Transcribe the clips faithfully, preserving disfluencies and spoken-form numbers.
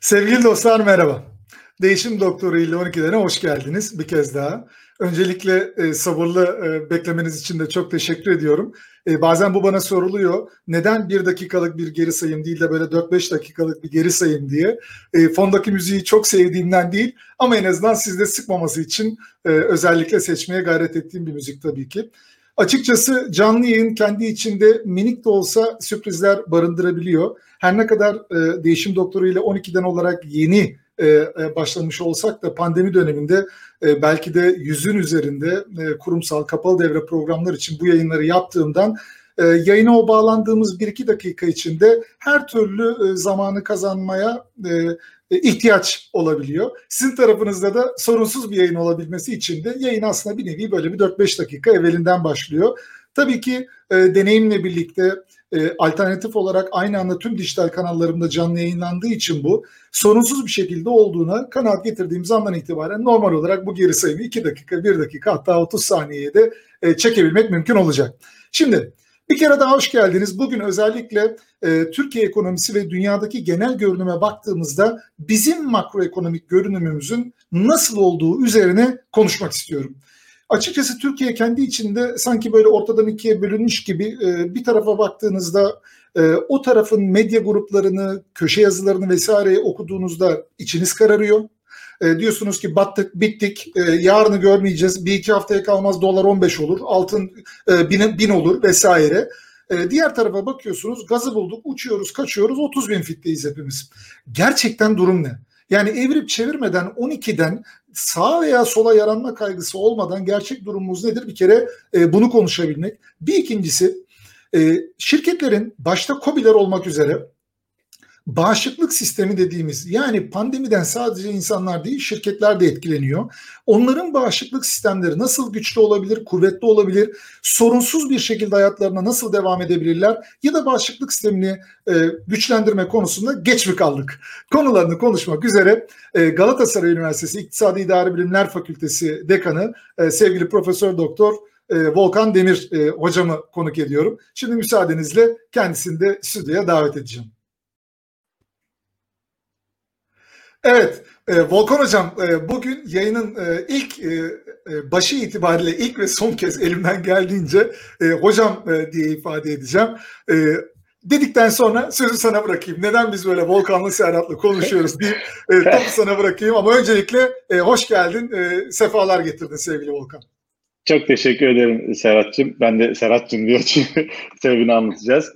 Sevgili dostlar merhaba. Değişim Doktoru ile on ikilere hoş geldiniz bir kez daha. Öncelikle e, sabırlı e, beklemeniz için de çok teşekkür ediyorum. E, bazen bu bana soruluyor. Neden bir dakikalık bir geri sayım değil de böyle dört beş dakikalık bir geri sayım diye. E, fondaki müziği çok sevdiğimden değil ama en azından sizde sıkmaması için e, özellikle seçmeye gayret ettiğim bir müzik tabii ki. Açıkçası canlı yayın kendi içinde minik de olsa sürprizler barındırabiliyor. Her ne kadar e, Değişim Doktoru ile on ikiden olarak yeni e, başlamış olsak da pandemi döneminde e, belki de yüzün üzerinde e, kurumsal kapalı devre programlar için bu yayınları yaptığımdan e, yayına o bağlandığımız bir iki dakika içinde her türlü e, zamanı kazanmaya e, e, ihtiyaç olabiliyor. Sizin tarafınızda da sorunsuz bir yayın olabilmesi için de yayın aslında bir nevi böyle bir dört beş dakika evvelinden başlıyor. Tabii ki e, deneyimle birlikte e, alternatif olarak aynı anda tüm dijital kanallarımda canlı yayınlandığı için bu sorunsuz bir şekilde olduğuna kanaat getirdiğim zamandan itibaren normal olarak bu geri sayımı iki dakika, bir dakika hatta otuz saniyeye de e, çekebilmek mümkün olacak. Şimdi bir kere daha hoş geldiniz. Bugün özellikle e, Türkiye ekonomisi ve dünyadaki genel görünüme baktığımızda bizim makroekonomik görünümümüzün nasıl olduğu üzerine konuşmak istiyorum. Açıkçası Türkiye kendi içinde sanki böyle ortadan ikiye bölünmüş gibi e, bir tarafa baktığınızda e, o tarafın medya gruplarını, köşe yazılarını vesaireyi okuduğunuzda içiniz kararıyor. E, diyorsunuz ki battık, bittik, e, yarını görmeyeceğiz, bir iki haftaya kalmaz dolar on beş olur, altın e, bin, bin olur vesaire. E, diğer tarafa bakıyorsunuz, gazı bulduk, uçuyoruz, kaçıyoruz, otuz bin fitteyiz hepimiz. Gerçekten durum ne? Yani evirip çevirmeden on ikiden sağa veya sola yaranma kaygısı olmadan gerçek durumumuz nedir? Bir kere e, bunu konuşabilmek. Bir ikincisi e, şirketlerin başta KOBİ'ler olmak üzere bağışıklık sistemi dediğimiz, yani pandemiden sadece insanlar değil şirketler de etkileniyor. Onların bağışıklık sistemleri nasıl güçlü olabilir, kuvvetli olabilir, sorunsuz bir şekilde hayatlarına nasıl devam edebilirler ya da bağışıklık sistemini e, güçlendirme konusunda geç mi kaldık? Konularını konuşmak üzere e, Galatasaray Üniversitesi İktisadi İdari Bilimler Fakültesi Dekanı e, sevgili Profesör Doktor e, Volkan Demir e, hocamı konuk ediyorum. Şimdi müsaadenizle kendisini de stüdyoya davet edeceğim. Evet, e, Volkan Hocam, e, bugün yayının e, ilk e, e, başı itibariyle ilk ve son kez elimden geldiğince e, hocam e, diye ifade edeceğim. E, dedikten sonra sözü sana bırakayım. Neden biz böyle Volkan'la Serhat'la konuşuyoruz diye e, topu sana bırakayım. Ama öncelikle e, hoş geldin, e, sefalar getirdin sevgili Volkan. Çok teşekkür ederim Serhat'cığım. Ben de Serhat'cığım diyor çünkü sebebini anlatacağız.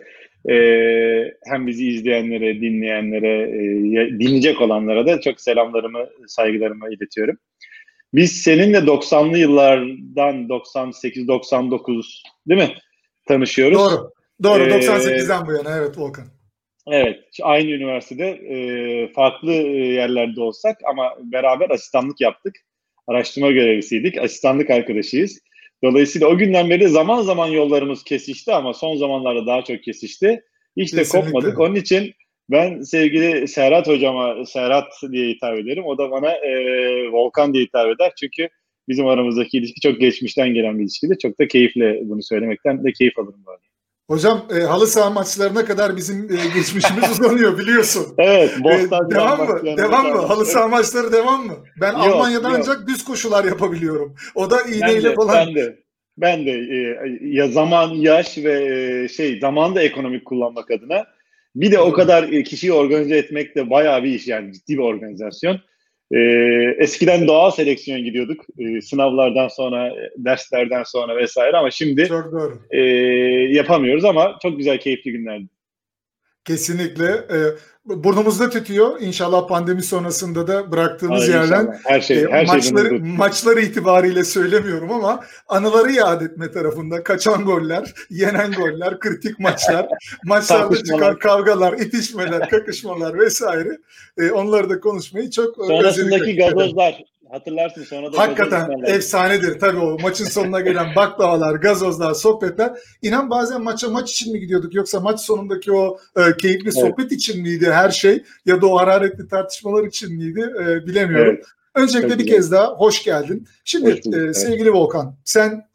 Ee, hem bizi izleyenlere, dinleyenlere, e, dinleyecek olanlara da çok selamlarımı, saygılarımı iletiyorum. Biz seninle doksanlı yıllardan doksan sekiz doksan dokuz değil mi tanışıyoruz? Doğru, doğru. Ee, doksan sekizden bu yana, evet Volkan. Evet, aynı üniversitede e, farklı yerlerde olsak ama beraber asistanlık yaptık. Araştırma görevlisiydik, asistanlık arkadaşıyız. Dolayısıyla o günden beri zaman zaman yollarımız kesişti ama son zamanlarda daha çok kesişti. Hiç de Kesinlikle. kopmadık. Onun için ben sevgili Serhat hocama Serhat diye hitap ederim. O da bana e, Volkan diye hitap eder. Çünkü bizim aramızdaki ilişki çok geçmişten gelen bir ilişkidir. Çok da keyifle bunu söylemekten de keyif alırım böyle. Hocam e, halı saha maçlarına kadar bizim e, geçmişimiz uzanıyor biliyorsun. Evet. E, devam mı? Devam mı? Halı saha maçları devam mı? Ben yok, Almanya'da yok. ancak düz koşular yapabiliyorum. O da iğneyle ben de, falan. Ben de. Ben de e, ya zaman, yaş ve e, şey zaman da ekonomik kullanmak adına. Bir de o kadar e, kişiyi organize etmek de bayağı bir iş, yani ciddi bir organizasyon. E, eskiden doğal seleksiyon gidiyorduk. E, sınavlardan sonra, derslerden sonra vesaire ama şimdi çok doğru. E, yapamıyoruz ama çok güzel, keyifli günlerdi. Kesinlikle. E, burnumuzda tütüyor. İnşallah pandemi sonrasında da bıraktığımız Hayır, yerden inşallah. Her şey, e, her maçları, şey maçları itibariyle söylemiyorum ama anıları yad etme tarafında kaçan goller, yenen goller, kritik maçlar, maçlarda çıkan kavgalar, itişmeler, kakışmalar vesaire. E, onları da konuşmayı çok sonrasındaki gazozlar. Hatırlarsın sonra da hakikaten efsanedir. Tabii o maçın sonuna gelen baklavalar, gazozlar, sohbetler. İnan bazen maça maç için mi gidiyorduk yoksa maç sonundaki o e, keyifli evet. sohbet için miydi her şey ya da o hararetli tartışmalar için miydi e, bilemiyorum. Evet. Öncelikle Çok bir güzel. kez daha hoş geldin. Şimdi hoş e, sevgili evet. Volkan, sen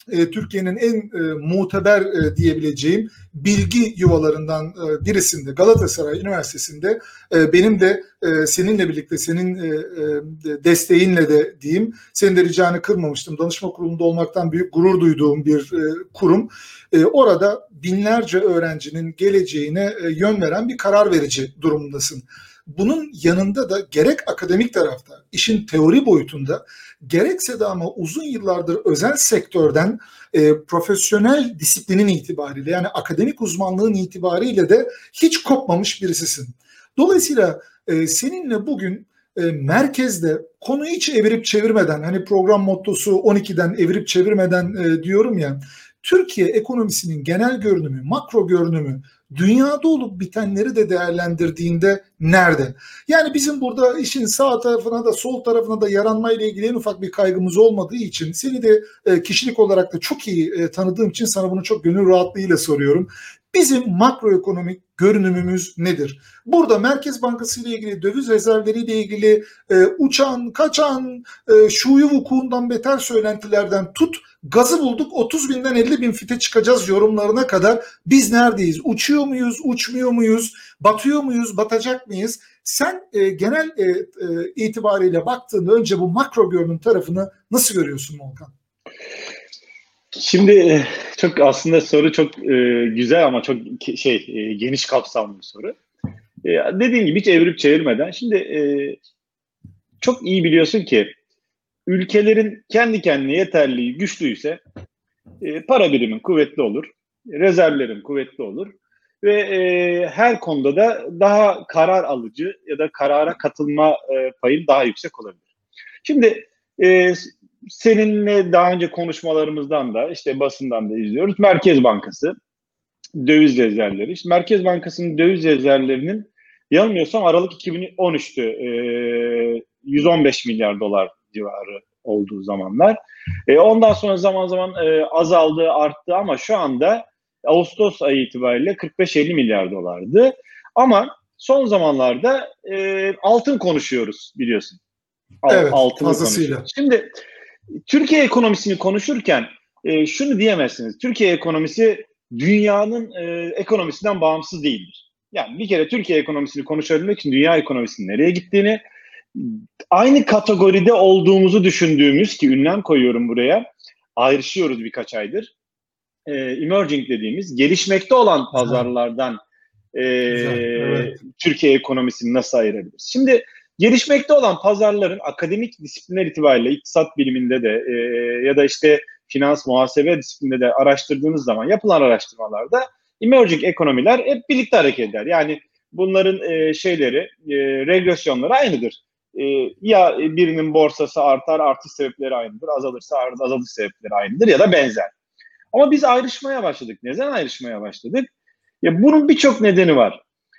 e, Türkiye'nin en e, muteber e, diyebileceğim bilgi yuvalarından e, birisinde, Galatasaray Üniversitesi'nde e, benim de e, seninle birlikte, senin e, e, desteğinle de diyeyim, senin de ricanı kırmamıştım. Danışma kurulunda olmaktan büyük gurur duyduğum bir e, kurum. E, orada binlerce öğrencinin geleceğine e, yön veren bir karar verici durumundasın. Bunun yanında da gerek akademik tarafta, işin teori boyutunda, gerekse de ama uzun yıllardır özel sektörden e, profesyonel disiplinin itibariyle, yani akademik uzmanlığın itibariyle de hiç kopmamış birisisin. Dolayısıyla e, seninle bugün e, merkezde konuyu hiç evirip çevirmeden, hani program mottosu on ikiden evirip çevirmeden e, diyorum ya, Türkiye ekonomisinin genel görünümü, makro görünümü, dünyada olup bitenleri de değerlendirdiğinde nerede? Yani bizim burada işin sağ tarafına da sol tarafına da yaranmayla ilgili en ufak bir kaygımız olmadığı için, seni de e, kişilik olarak da çok iyi e, tanıdığım için sana bunu çok gönül rahatlığıyla soruyorum. Bizim makroekonomik görünümümüz nedir? Burada Merkez Bankası ile ilgili, döviz rezervleri ile ilgili e, uçan, kaçan, e, şuyu vukuundan beter söylentilerden tut, gazı bulduk otuz binden elli bin fite çıkacağız yorumlarına kadar biz neredeyiz? Uçuyor muyuz, uçmuyor muyuz, batıyor muyuz, batacak mıyız? Sen e, genel e, e, itibariyle baktığında önce bu makro görünüm tarafını nasıl görüyorsun Volkan? Şimdi çok aslında soru çok e, güzel ama çok şey e, geniş kapsamlı bir soru. E, dediğim gibi hiç evirip çevirmeden, şimdi e, çok iyi biliyorsun ki ülkelerin kendi kendine yeterliği güçlüyse e, para birimin kuvvetli olur, rezervlerin kuvvetli olur ve e, her konuda da daha karar alıcı ya da karara katılma e, payın daha yüksek olabilir. Şimdi e, seninle daha önce konuşmalarımızdan da işte basından da izliyoruz. Merkez Bankası döviz rezervleri. İşte Merkez Bankası'nın döviz rezervlerinin yanılmıyorsam Aralık iki bin on üç'tü e, yüz on beş milyar dolar civarı olduğu zamanlar. E, ondan sonra zaman zaman e, azaldı, arttı ama şu anda Ağustos ayı itibariyle kırk beş elli milyar dolardı. Ama son zamanlarda e, altın konuşuyoruz biliyorsun. Evet, Altını fazlasıyla. konuşuyoruz. Şimdi Türkiye ekonomisini konuşurken e, şunu diyemezsiniz. Türkiye ekonomisi dünyanın e, ekonomisinden bağımsız değildir. Yani bir kere Türkiye ekonomisini konuşabilmek için dünya ekonomisinin nereye gittiğini, aynı kategoride olduğumuzu düşündüğümüz, ki ünlem koyuyorum buraya, ayrışıyoruz birkaç aydır. E, emerging dediğimiz gelişmekte olan pazarlardan e, evet. Türkiye ekonomisini nasıl ayırabiliriz? Şimdi gelişmekte olan pazarların akademik disiplinler itibariyle iktisat biliminde de e, ya da işte finans, muhasebe disiplininde de araştırdığınız zaman yapılan araştırmalarda emerging ekonomiler hep birlikte hareket eder. Yani bunların e, şeyleri, e, regresyonları aynıdır. E, ya birinin borsası artar, artış sebepleri aynıdır, azalırsa azalış sebepleri aynıdır ya da benzer. Ama biz ayrışmaya başladık. Neden ayrışmaya başladık? Ya bunun birçok nedeni var.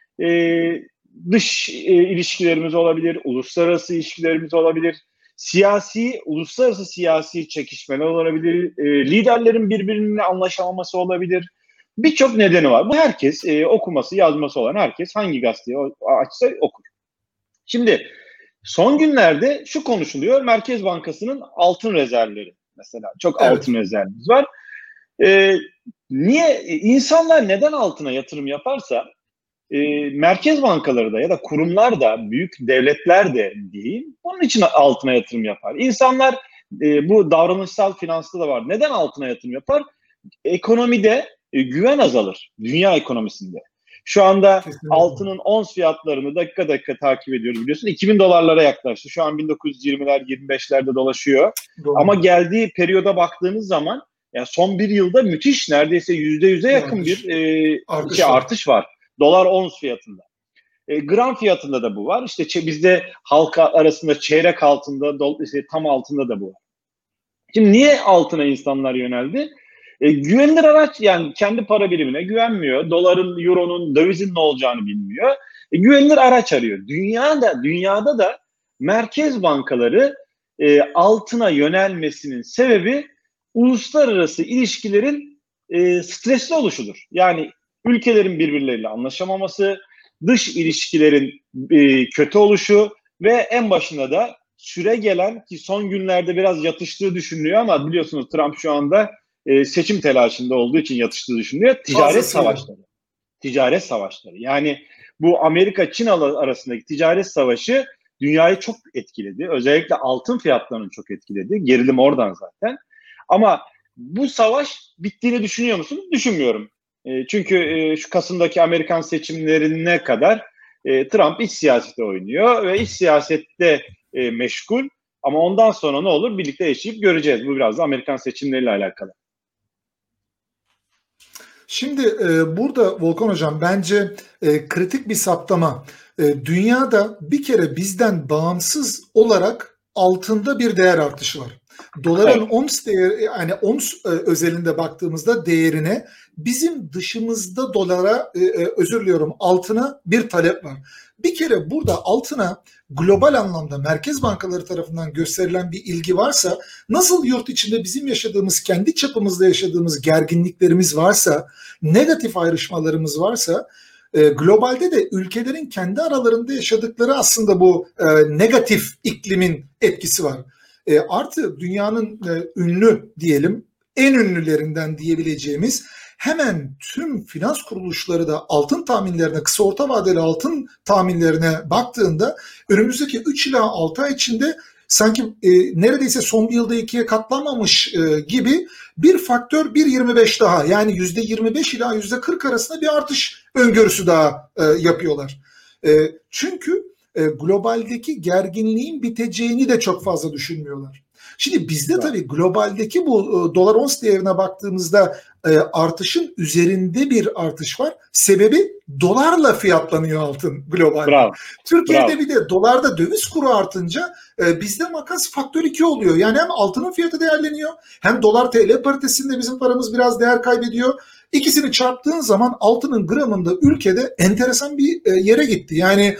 Ee, dış e, ilişkilerimiz olabilir, uluslararası ilişkilerimiz olabilir, siyasi, uluslararası siyasi çekişmeler olabilir, e, liderlerin birbirine anlaşamaması olabilir. Birçok nedeni var. Bu herkes, e, okuması, yazması olan herkes hangi gazeteyi açsa okur. Şimdi son günlerde şu konuşuluyor, Merkez Bankası'nın altın rezervleri mesela. Çok evet. Altın rezervimiz var. Ee, niye insanlar neden altına yatırım yaparsa e, merkez bankaları da ya da kurumlar da, büyük devletler de değil, onun için altına yatırım yapar. İnsanlar e, bu davranışsal finansta da var. Neden altına yatırım yapar? Ekonomide e, güven azalır. Dünya ekonomisinde. Şu anda kesinlikle altının ons fiyatlarını dakika dakika takip ediyoruz biliyorsun. iki bin dolarlara yaklaştı. Şu an bin dokuz yüz yirmiler yirmi beşlerde dolaşıyor. Doğru. Ama geldiği periyoda baktığınız zaman yani son bir yılda müthiş, neredeyse yüzde yüze yakın artış. bir e, artış, şey, var. artış var. Dolar ons fiyatında. E, gram fiyatında da bu var. İşte bizde halka arasında çeyrek altında, do, işte, tam altında da bu var. Şimdi niye altına insanlar yöneldi? E, güvenilir araç, yani kendi para birimine güvenmiyor. Doların, euronun, dövizin ne olacağını bilmiyor. E, güvenilir araç arıyor. Dünyada, dünyada da merkez bankaları e, altına yönelmesinin sebebi uluslararası ilişkilerin e, stresli oluşudur. Yani ülkelerin birbirleriyle anlaşamaması, dış ilişkilerin e, kötü oluşu ve en başında da süre gelen, ki son günlerde biraz yatıştığı düşünülüyor ama biliyorsunuz Trump şu anda e, seçim telaşında olduğu için yatıştığı düşünülüyor. Ticaret savaşları. Ticaret savaşları. Yani bu Amerika-Çin arasındaki ticaret savaşı dünyayı çok etkiledi. Özellikle altın fiyatlarını çok etkiledi. Gerilim oradan zaten. Ama bu savaş bittiğini düşünüyor musun? Düşünmüyorum. E, çünkü e, şu Kasım'daki Amerikan seçimlerine kadar e, Trump iç siyasete oynuyor ve iç siyasette e, meşgul. Ama ondan sonra ne olur? Birlikte yaşayıp göreceğiz. Bu biraz da Amerikan seçimleriyle alakalı. Şimdi e, burada Volkan Hocam bence e, kritik bir saptama. E, dünyada bir kere bizden bağımsız olarak altında bir değer artışı var. Doların Evet. ons değeri, yani ons e, özelinde baktığımızda değerine bizim dışımızda dolara e, e, özür diliyorum altına bir talep var. Bir kere burada altına global anlamda merkez bankaları tarafından gösterilen bir ilgi varsa, nasıl yurt içinde bizim yaşadığımız, kendi çapımızda yaşadığımız gerginliklerimiz varsa, negatif ayrışmalarımız varsa, e, globalde de ülkelerin kendi aralarında yaşadıkları aslında bu e, negatif iklimin etkisi var. E, artı dünyanın e, ünlü diyelim, en ünlülerinden diyebileceğimiz hemen tüm finans kuruluşları da altın tahminlerine, kısa orta vadeli altın tahminlerine baktığında önümüzdeki üç ila altı ay içinde sanki e, neredeyse son bir yılda ikiye katlanmamış e, gibi bir faktör bir virgül yirmi beş daha, yani yüzde yirmi beş ila yüzde kırk arasında bir artış öngörüsü daha e, yapıyorlar. E, çünkü e, globaldeki gerginliğin biteceğini de çok fazla düşünmüyorlar. Şimdi bizde tabii globaldeki bu e, dolar ons değerine baktığımızda e, artışın üzerinde bir artış var. Sebebi dolarla fiyatlanıyor altın globalde. Bravo. Türkiye'de Bravo. bir de dolarda döviz kuru artınca e, bizde makas faktör iki oluyor. Yani hem altının fiyatı değerleniyor, hem dolar T L paritesinde bizim paramız biraz değer kaybediyor. İkisini çarptığın zaman altının gramında ülkede enteresan bir e, yere gitti. Yani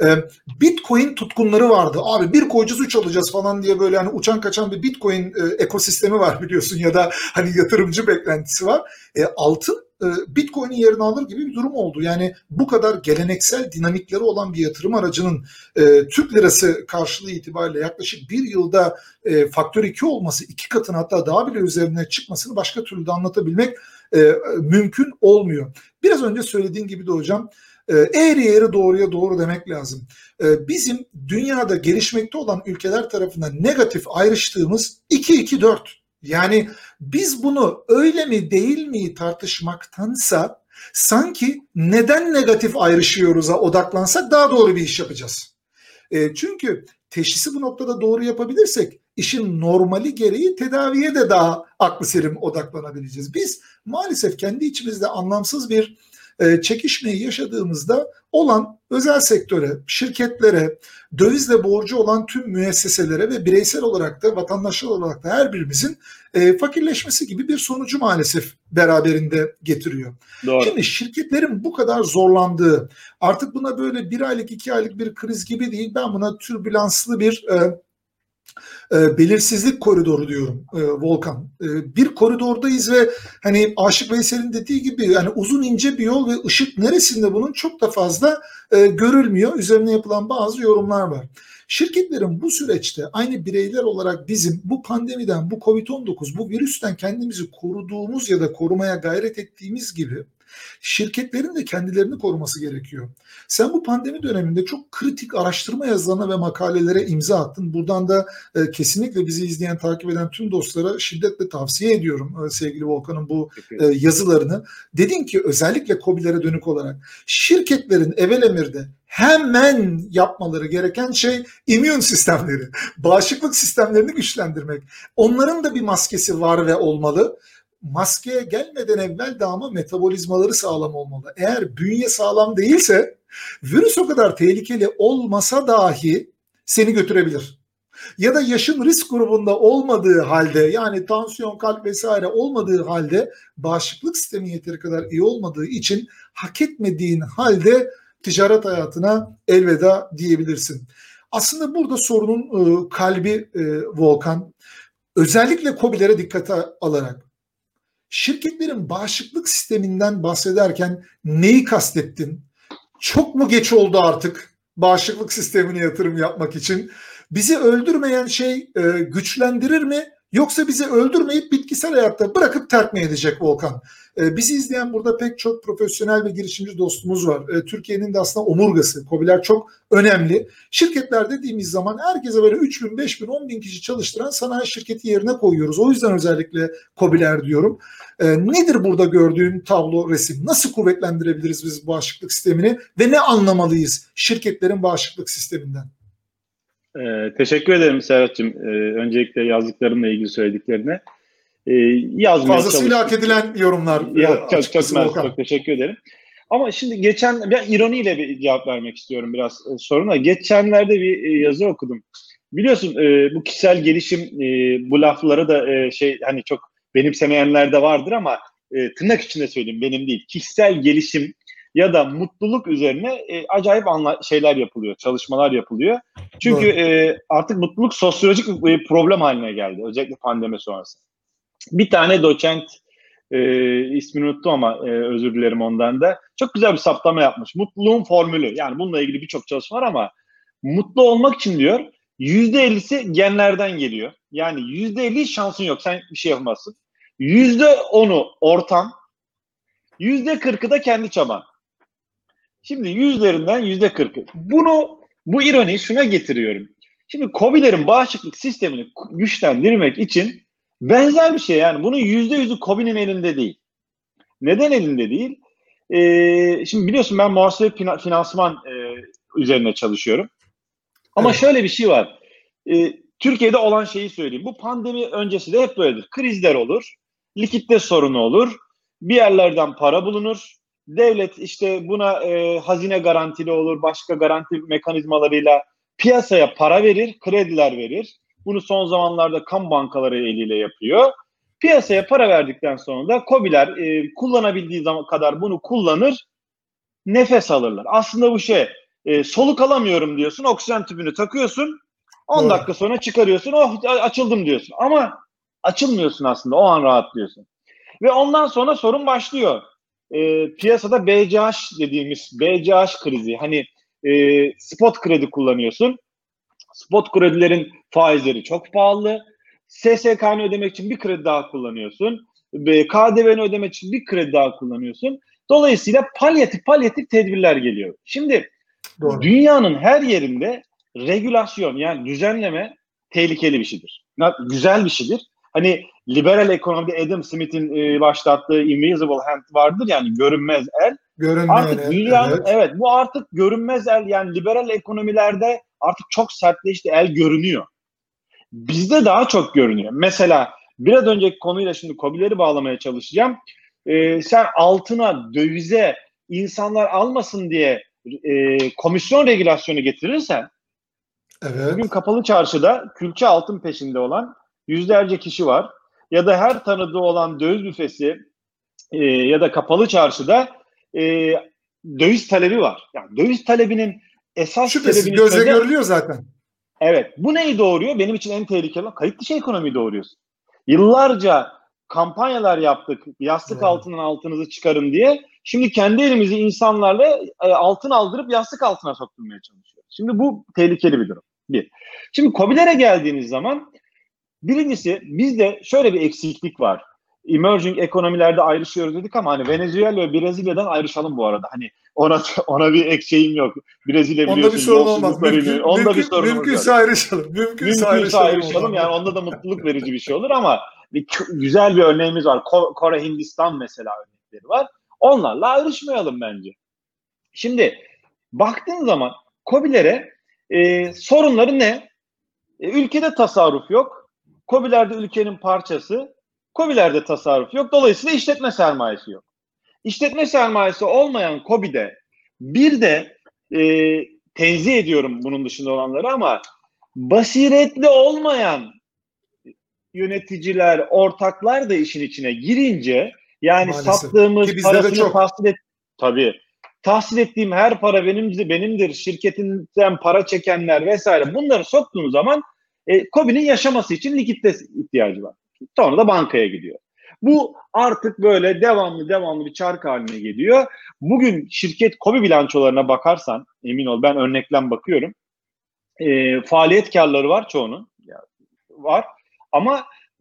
Bitcoin tutkunları vardı. Abi bir koyacağız üç alacağız falan diye böyle hani uçan kaçan bir Bitcoin e, ekosistemi var biliyorsun, ya da hani yatırımcı beklentisi var. E, altın e, Bitcoin'in yerini alır gibi bir durum oldu. Yani bu kadar geleneksel dinamikleri olan bir yatırım aracının e, Türk lirası karşılığı itibariyle yaklaşık bir yılda e, faktör iki olması, iki katın hatta daha bile üzerine çıkmasını başka türlü de anlatabilmek e, mümkün olmuyor. Biraz önce söylediğin gibi de hocam, eğri eğri doğruya doğru demek lazım. Bizim dünyada gelişmekte olan ülkeler tarafından negatif ayrıştığımız iki iki dört. Yani biz bunu öyle mi değil mi tartışmaktansa sanki neden negatif ayrışıyoruz'a odaklansak daha doğru bir iş yapacağız. Çünkü teşhisi bu noktada doğru yapabilirsek işin normali gereği tedaviye de daha aklı selim odaklanabileceğiz. Biz maalesef kendi içimizde anlamsız bir çekişmeyi yaşadığımızda olan özel sektöre, şirketlere, dövizle borcu olan tüm müesseselere ve bireysel olarak da vatandaşlar olarak da her birimizin e, fakirleşmesi gibi bir sonucu maalesef beraberinde getiriyor. Doğru. Şimdi şirketlerin bu kadar zorlandığı, artık buna böyle bir aylık iki aylık bir kriz gibi değil, ben buna türbülanslı bir e, E, belirsizlik koridoru diyorum e, Volkan. E, bir koridordayız ve hani Aşık Veysel'in dediği gibi yani uzun ince bir yol ve ışık neresinde bunun çok da fazla e, görülmüyor. Üzerine yapılan bazı yorumlar var. Şirketlerin bu süreçte aynı bireyler olarak bizim bu pandemiden, bu kovid on dokuz, bu virüsten kendimizi koruduğumuz ya da korumaya gayret ettiğimiz gibi şirketlerin de kendilerini koruması gerekiyor. Sen bu pandemi döneminde çok kritik araştırma yazılarına ve makalelere imza attın. Buradan da e, kesinlikle bizi izleyen, takip eden tüm dostlara şiddetle tavsiye ediyorum e, sevgili Volkan'ın bu e, yazılarını. Dedin ki özellikle KOBİ'lere dönük olarak şirketlerin evvelemirde hemen yapmaları gereken şey immün sistemleri, bağışıklık sistemlerini güçlendirmek. Onların da bir maskesi var ve olmalı. Maskeye gelmeden evvel de ama metabolizmaları sağlam olmalı. Eğer bünye sağlam değilse virüs o kadar tehlikeli olmasa dahi seni götürebilir. Ya da yaşın risk grubunda olmadığı halde, yani tansiyon, kalp vesaire olmadığı halde, bağışıklık sistemi yeteri kadar iyi olmadığı için hak etmediğin halde ticaret hayatına elveda diyebilirsin. Aslında burada sorunun e, kalbi e, Volkan, özellikle KOBİ'lere dikkate alarak şirketlerin bağışıklık sisteminden bahsederken neyi kastettin? Çok mu geç oldu artık bağışıklık sistemine yatırım yapmak için? Bizi öldürmeyen şey e, güçlendirir mi Yoksa bizi öldürmeyip bitkisel hayatta bırakıp terk mi edecek Volkan? Ee, bizi izleyen burada pek çok profesyonel ve girişimci dostumuz var. Ee, Türkiye'nin de aslında omurgası. KOBİ'ler çok önemli. Şirketler dediğimiz zaman herkese böyle üç bin, beş bin, on bin kişi çalıştıran sanayi şirketi yerine koyuyoruz. O yüzden özellikle KOBİ'ler diyorum. Ee, nedir burada gördüğün tablo, resim? Nasıl kuvvetlendirebiliriz biz bağışıklık sistemini ve ne anlamalıyız şirketlerin bağışıklık sisteminden? Ee, teşekkür ederim Serhat'cığım. Ee, öncelikle yazdıklarımla ilgili söylediklerine. Ee, yazmaya Fazlasıyla hak edilen yorumlar. Ya, çok çok mersi, çok teşekkür ederim. Ama şimdi geçen, ben ironiyle bir cevap vermek istiyorum biraz e, soruna. Geçenlerde bir e, yazı okudum. Biliyorsun e, bu kişisel gelişim e, bu lafları da e, şey hani çok benimsemeyenler de vardır ama e, tırnak içinde söyleyeyim, benim değil. Kişisel gelişim ya da mutluluk üzerine e, acayip anla şeyler yapılıyor, çalışmalar yapılıyor. Çünkü e, artık mutluluk sosyolojik bir problem haline geldi. Özellikle pandemi sonrası. Bir tane doçent, e, ismini unuttum ama e, özür dilerim ondan da. Çok güzel bir saptama yapmış. Mutluluğun formülü. Yani bununla ilgili birçok çalışma var ama mutlu olmak için diyor yüzde ellisi genlerden geliyor. Yani yüzde elli şansın yok. Sen bir şey yapamazsın. yüzde onu ortam, yüzde kırkı da kendi çaban. Şimdi yüzlerinden yüzde kırkı. Bunu, bu ironiyi şuna getiriyorum. Şimdi KOBİ'lerin bağışıklık sistemini güçlendirmek için benzer bir şey, yani bunun yüzde yüzü KOBİ'nin elinde değil. Neden elinde değil? Ee, şimdi biliyorsun ben muhasebe finansman e, üzerine çalışıyorum. Ama evet, şöyle bir şey var. Ee, Türkiye'de olan şeyi söyleyeyim. Bu pandemi öncesi de hep böyledir. Krizler olur, likitte sorunu olur, bir yerlerden para bulunur. Devlet işte buna e, hazine garantili olur, başka garanti mekanizmalarıyla piyasaya para verir, krediler verir. Bunu son zamanlarda kamu bankaları eliyle yapıyor. Piyasaya para verdikten sonra da KOBİ'ler e, kullanabildiği zaman kadar bunu kullanır, nefes alırlar. Aslında bu şey, e, soluk alamıyorum diyorsun, oksijen tüpünü takıyorsun, on evet, dakika sonra çıkarıyorsun, oh açıldım diyorsun. Ama açılmıyorsun aslında, o an rahatlıyorsun. Ve ondan sonra sorun başlıyor. E, piyasada B C H dediğimiz B C H krizi. Hani e, spot kredi kullanıyorsun. Spot kredilerin faizleri çok pahalı. S S K'nı ödemek için bir kredi daha kullanıyorsun. K D V'ni ödemek için bir kredi daha kullanıyorsun. Dolayısıyla palyatif palyatif tedbirler geliyor. Şimdi doğru, dünyanın her yerinde regülasyon, yani düzenleme tehlikeli bir şeydir. Güzel bir şeydir. Hani liberal ekonomide Adam Smith'in e, başlattığı Invisible Hand vardır, yani görünmez el. Görünmeyen artık dünyanın, evet. evet bu artık görünmez el, yani liberal ekonomilerde artık çok sertleşti, el görünüyor. Bizde daha çok görünüyor. Mesela biraz önceki konuyla şimdi KOBİ'leri bağlamaya çalışacağım. Ee, sen altına, dövize insanlar almasın diye e, komisyon regülasyonu getirirsen, evet, bugün kapalı çarşıda külçe altın peşinde olan yüzlerce kişi var. Ya da her tanıdığı olan döviz büfesi e, ya da kapalı çarşıda e, döviz talebi var. Yani döviz talebinin esas şüphesiz sebebini gözle çöze... görülüyor zaten. Evet. Bu neyi doğuruyor? Benim için en tehlikeli olan kayıt dışı ekonomiyi doğuruyorsun. Yıllarca kampanyalar yaptık. Yastık hmm. altından altınızı çıkarın diye. Şimdi kendi elimizi insanlarla e, altın aldırıp yastık altına sokturmaya çalışıyoruz. Şimdi bu tehlikeli bir durum. Bir. Şimdi KOBİ'lere geldiğiniz zaman birincisi bizde şöyle bir eksiklik var. Emerging ekonomilerde ayrışıyoruz dedik ama hani Venezuela ve Brezilya'dan ayrışalım bu arada. Hani ona ona bir ek şeyim yok. Brezilya biliyorsun. Onda bir sorun olmaz. Mümkün, onda mümkün, bir sorunumuz mümkünse var. ayrışalım. Mümkünse, mümkünse ayrışalım. ayrışalım. Yani onda da mutluluk verici bir şey olur ama bir, güzel bir örneğimiz var. Kore, Hindistan mesela örnekleri var. Onlarla ayrışmayalım bence. Şimdi baktığın zaman KOBİ'lere e, sorunları ne? E, ülkede tasarruf yok. KOBİ'lerde ülkenin parçası. KOBİ'lerde tasarruf yok. Dolayısıyla işletme sermayesi yok. İşletme sermayesi olmayan KOBİ'de bir de e, tenzih ediyorum bunun dışında olanları ama basiretli olmayan yöneticiler, ortaklar da işin içine girince, yani maalesef sattığımız parasını çok... tahsil et, tabii tahsil ettiğim her para benimdir, benimdir, şirketinden para çekenler vesaire, bunları soktuğum zaman e, KOBİ'nin yaşaması için likitte ihtiyacı var. Sonra da bankaya gidiyor. Bu artık böyle devamlı devamlı bir çark haline geliyor. Bugün şirket KOBİ bilançolarına bakarsan, emin ol ben örneklem bakıyorum. E, faaliyet karları var çoğunun. Var. Ama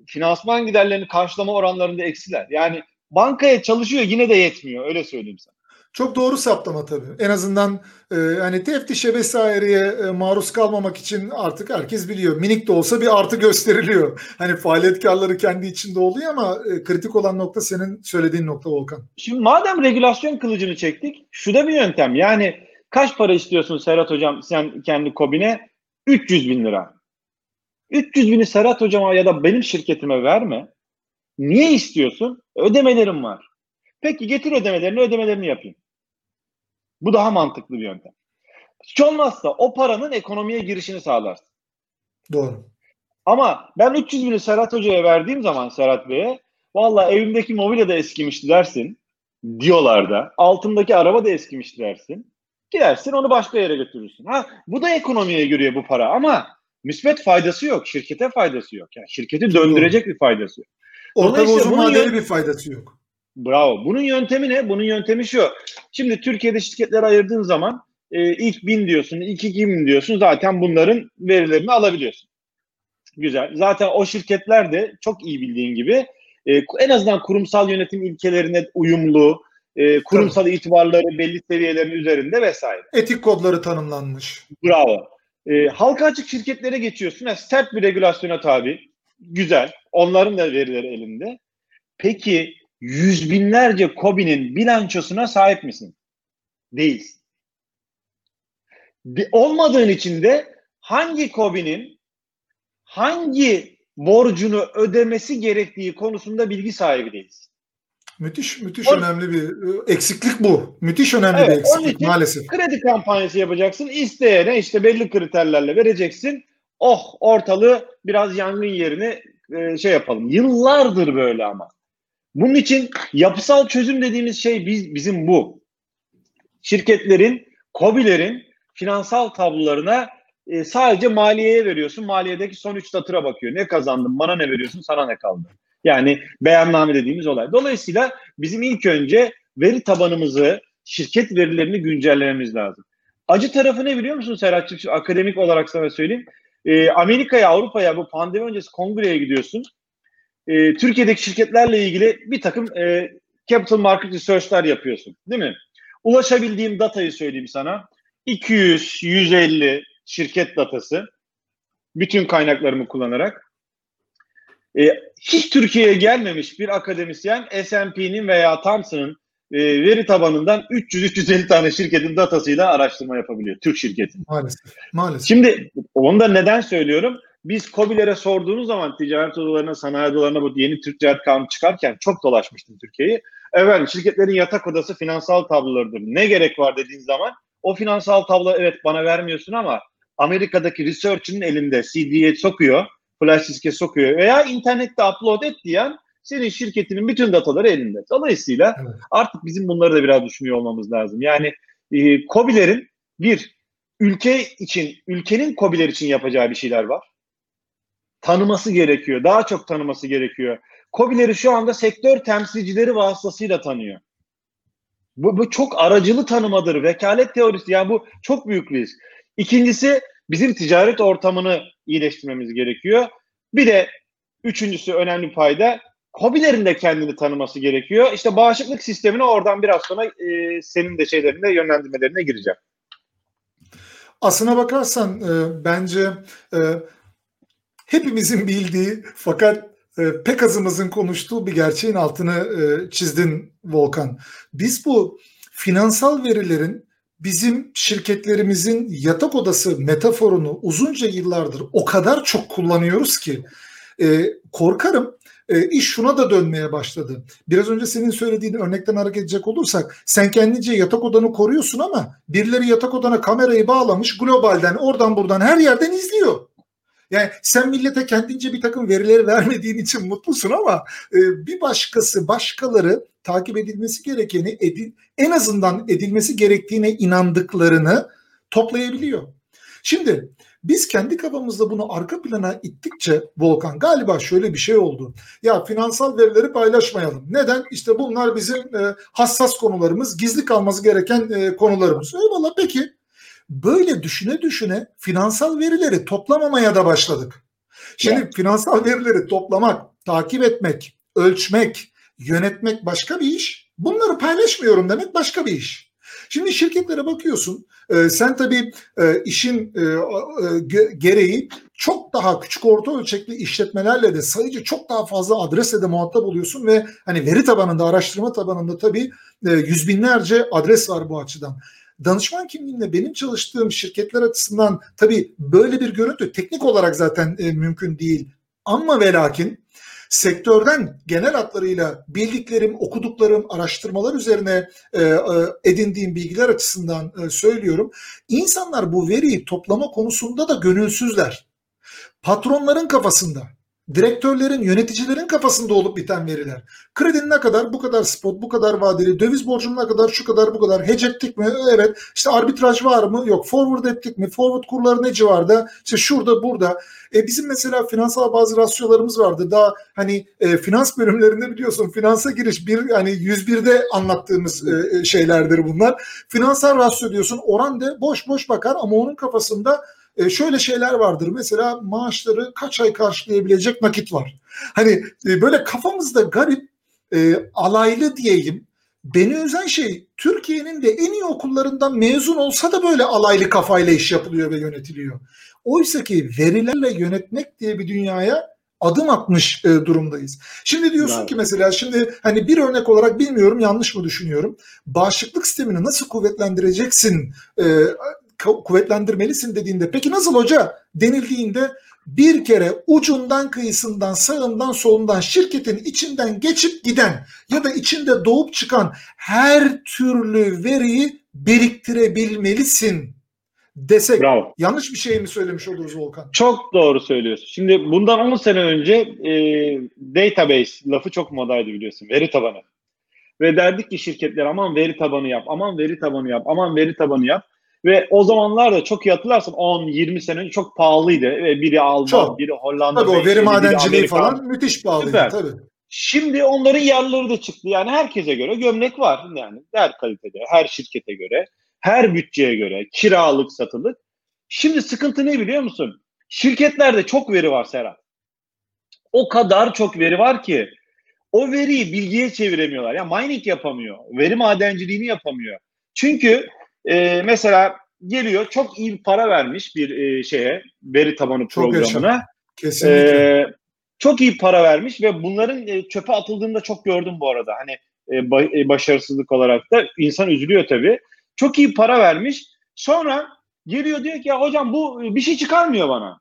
finansman giderlerini karşılama oranlarında eksiler. Yani bankaya çalışıyor, yine de yetmiyor. Öyle söyleyeyim sana. Çok doğru saptama tabii. En azından e, hani teftişe vesaireye e, maruz kalmamak için artık herkes biliyor. Minik de olsa bir artı gösteriliyor. Hani faaliyet karları kendi içinde oluyor ama e, kritik olan nokta senin söylediğin nokta Volkan. Şimdi madem regülasyon kılıcını çektik, şu da bir yöntem. Yani kaç para istiyorsun Serhat Hocam sen kendi KOBİ'ne? üç yüz bin lira. üç yüz bini Serhat Hocama ya da benim şirketime verme. Niye istiyorsun? Ödemelerim var. Peki getir ödemelerini, ödemelerini yapayım. Bu daha mantıklı bir yöntem. Hiç olmazsa o paranın ekonomiye girişini sağlarsın. Doğru. Ama ben üç yüz bini Serhat Hoca'ya verdiğim zaman Serhat Bey'e vallahi evimdeki mobilya da eskimişti dersin diyorlar da. Altındaki araba da eskimişti dersin. Gidersin onu başka yere götürürsün. Ha, bu da ekonomiye giriyor bu para ama müsbet faydası yok. Şirkete faydası yok. Yani şirketi döndürecek bir faydası yok. Orta ve uzun vadeli yön... bir faydası yok. Bravo. Bunun yöntemi ne? Bunun yöntemi şu. Şimdi Türkiye'de şirketleri ayırdığın zaman e, ilk bin diyorsun, ilk iki bin diyorsun. Zaten bunların verilerini alabiliyorsun. Güzel. Zaten o şirketler de çok iyi bildiğin gibi e, en azından kurumsal yönetim ilkelerine uyumlu, e, kurumsal Tabii. itibarları belli seviyelerin üzerinde vesaire. Etik kodları tanımlanmış. Bravo. E, halka açık şirketlere geçiyorsun. Yani sert bir regülasyona tabi. Güzel. Onların da verileri elinde. Peki yüz binlerce KOBİ'nin bilançosuna sahip misin? Değilsin. De, olmadığın için de hangi KOBİ'nin hangi borcunu ödemesi gerektiği konusunda bilgi sahibi değiliz. Müthiş, müthiş o, önemli bir eksiklik bu. Müthiş önemli evet, bir eksiklik maalesef. Kredi kampanyası yapacaksın. İsteyene işte belli kriterlerle vereceksin. Oh, ortalığı biraz yangın yerine e, şey yapalım. Yıllardır böyle ama. Bunun için yapısal çözüm dediğimiz şey biz, bizim bu. Şirketlerin, KOBİ'lerin finansal tablolarına e, sadece maliyeye veriyorsun. Maliyedeki son üç satıra bakıyor. Ne kazandın, bana ne veriyorsun, sana ne kaldı? Yani beyanname dediğimiz olay. Dolayısıyla bizim ilk önce veri tabanımızı, şirket verilerini güncellememiz lazım. Acı tarafı ne biliyor musun Serhat'cığım? Şimdi akademik olarak sana söyleyeyim. E, Amerika'ya, Avrupa'ya bu pandemi öncesi kongreye gidiyorsun. E, Türkiye'deki şirketlerle ilgili bir takım e, capital market research'lar yapıyorsun. Değil mi? Ulaşabildiğim datayı söyleyeyim sana. iki yüz yüz elli şirket datası. Bütün kaynaklarımı kullanarak. E, hiç Türkiye'ye gelmemiş bir akademisyen S and P'nin veya Thomson'ın e, veri tabanından üç yüz üç yüz elli tane şirketin datasıyla araştırma yapabiliyor. Türk şirketi. Maalesef. Maalesef. Şimdi onu da neden söylüyorum? Biz KOBİ'lere sorduğunuz zaman ticaret odalarına, sanayi odalarına bu yeni Türk Ticaret Kanunu çıkarken çok dolaşmıştım Türkiye'yi. Evet, şirketlerin yatak odası finansal tablolarıdır. Ne gerek var dediğin zaman o finansal tablo evet bana vermiyorsun ama Amerika'daki research'ın elinde C D'ye sokuyor, flash diske sokuyor veya internette upload et diyen senin şirketinin bütün dataları elinde. Dolayısıyla evet. Artık bizim bunları da biraz düşünüyor olmamız lazım. Yani e, KOBİ'lerin bir ülke için, ülkenin KOBİ'ler için yapacağı bir şeyler var. Tanıması gerekiyor. Daha çok tanıması gerekiyor. KOBİ'leri şu anda sektör temsilcileri vasıtasıyla tanıyor. Bu, bu çok aracılı tanımadır. Vekalet teorisi. Yani bu çok büyük risk. İkincisi bizim ticaret ortamını iyileştirmemiz gerekiyor. Bir de üçüncüsü önemli payda KOBİ'lerin de kendini tanıması gerekiyor. İşte bağışıklık sistemine oradan biraz sonra e, senin de şeylerine yönlendirmelerine gireceğim. Aslına bakarsan e, bence e, hepimizin bildiği fakat e, pek azımızın konuştuğu bir gerçeğin altını e, çizdin Volkan. Biz bu finansal verilerin bizim şirketlerimizin yatak odası metaforunu uzunca yıllardır o kadar çok kullanıyoruz ki e, korkarım e, iş şuna da dönmeye başladı. Biraz önce senin söylediğin örnekten hareket edecek olursak sen kendince yatak odanı koruyorsun ama birileri yatak odana kamerayı bağlamış globalden oradan buradan her yerden izliyor. Yani sen millete kendince bir takım verileri vermediğin için mutlusun ama e, bir başkası, başkaları takip edilmesi gerekeni edil, en azından edilmesi gerektiğine inandıklarını toplayabiliyor. Şimdi biz kendi kafamızda bunu arka plana ittikçe Volkan galiba şöyle bir şey oldu. Ya finansal verileri paylaşmayalım. Neden? İşte bunlar bizim e, hassas konularımız, gizli kalması gereken e, konularımız. Eyvallah peki. Böyle düşüne düşüne finansal verileri toplamamaya da başladık. Şimdi yeah. finansal verileri toplamak, takip etmek, ölçmek, yönetmek başka bir iş. Bunları paylaşmıyorum demek başka bir iş. Şimdi şirketlere bakıyorsun, e, sen tabii e, işin e, e, gereği çok daha küçük orta ölçekli işletmelerle de sayıcı çok daha fazla adresle de muhatap oluyorsun ve hani veri tabanında, araştırma tabanında tabii e, yüz binlerce adres var bu açıdan. Danışman kimliğinde benim çalıştığım şirketler açısından tabii böyle bir görüntü teknik olarak zaten e, mümkün değil. Ama ve lakin sektörden genel hatlarıyla bildiklerim, okuduklarım, araştırmalar üzerine e, e, edindiğim bilgiler açısından e, söylüyorum. İnsanlar bu veriyi toplama konusunda da gönülsüzler. Patronların kafasında, direktörlerin, yöneticilerin kafasında olup biten veriler. Kredin ne kadar? Bu kadar spot, bu kadar vadeli. Döviz borcum ne kadar? Şu kadar, bu kadar. Hedge ettik mi? Evet. İşte arbitraj var mı? Yok. Forward ettik mi? Forward kurları ne civarda? İşte şurada, burada. E bizim mesela finansal bazı rasyolarımız vardı. Daha hani e, finans bölümlerinde biliyorsun finansa giriş bir hani yüz birde anlattığımız e, şeylerdir bunlar. Finansal rasyo diyorsun. Oran de boş boş bakar ama onun kafasında E şöyle şeyler vardır. Mesela maaşları kaç ay karşılayabilecek nakit var. Hani e, böyle kafamızda garip, e, alaylı diyeyim. Beni üzen şey Türkiye'nin de en iyi okullarından mezun olsa da böyle alaylı kafayla iş yapılıyor ve yönetiliyor. Oysa ki verilerle yönetmek diye bir dünyaya adım atmış e, durumdayız. Şimdi diyorsun Evet. ki mesela şimdi hani bir örnek olarak bilmiyorum yanlış mı düşünüyorum. Bağışıklık sistemini nasıl kuvvetlendireceksin? E, kuvvetlendirmelisin dediğinde peki nasıl hoca denildiğinde bir kere ucundan kıyısından sağından solundan şirketin içinden geçip giden ya da içinde doğup çıkan her türlü veriyi biriktirebilmelisin desek Bravo. yanlış bir şey mi söylemiş oluruz Volkan? Çok doğru söylüyorsun. Şimdi bundan on sene önce e, database lafı çok modaydı biliyorsun. Veri tabanı. Ve derdik ki şirketler aman veri tabanı yap, aman veri tabanı yap, aman veri tabanı yap. Ve o zamanlar da çok iyi hatırlarsın on yirmi sene önce çok pahalıydı. Ve biri Alman, Çok. biri Hollanda Tabii o veri menşeli, biri madenciliği Amerikan. falan müthiş pahalıydı Süper. tabii. Şimdi onların yerleri de çıktı. Yani herkese göre gömlek var. Yani her kalitede, her şirkete göre, her bütçeye göre, kiralık, satılık. Şimdi sıkıntı ne biliyor musun? Şirketlerde çok veri var Serhat. O kadar çok veri var ki o veriyi bilgiye çeviremiyorlar. Yani mining yapamıyor. Veri madenciliğini yapamıyor. Çünkü e, mesela geliyor çok iyi bir para vermiş bir e, şeye, veri tabanı Çok yaşa. programına. Kesinlikle. E, çok iyi para vermiş ve bunların e, çöpe atıldığını da çok gördüm bu arada. Hani e, ba- e, başarısızlık olarak da insan üzülüyor tabii. Çok iyi para vermiş. Sonra geliyor diyor ki ya hocam bu bir şey çıkarmıyor bana.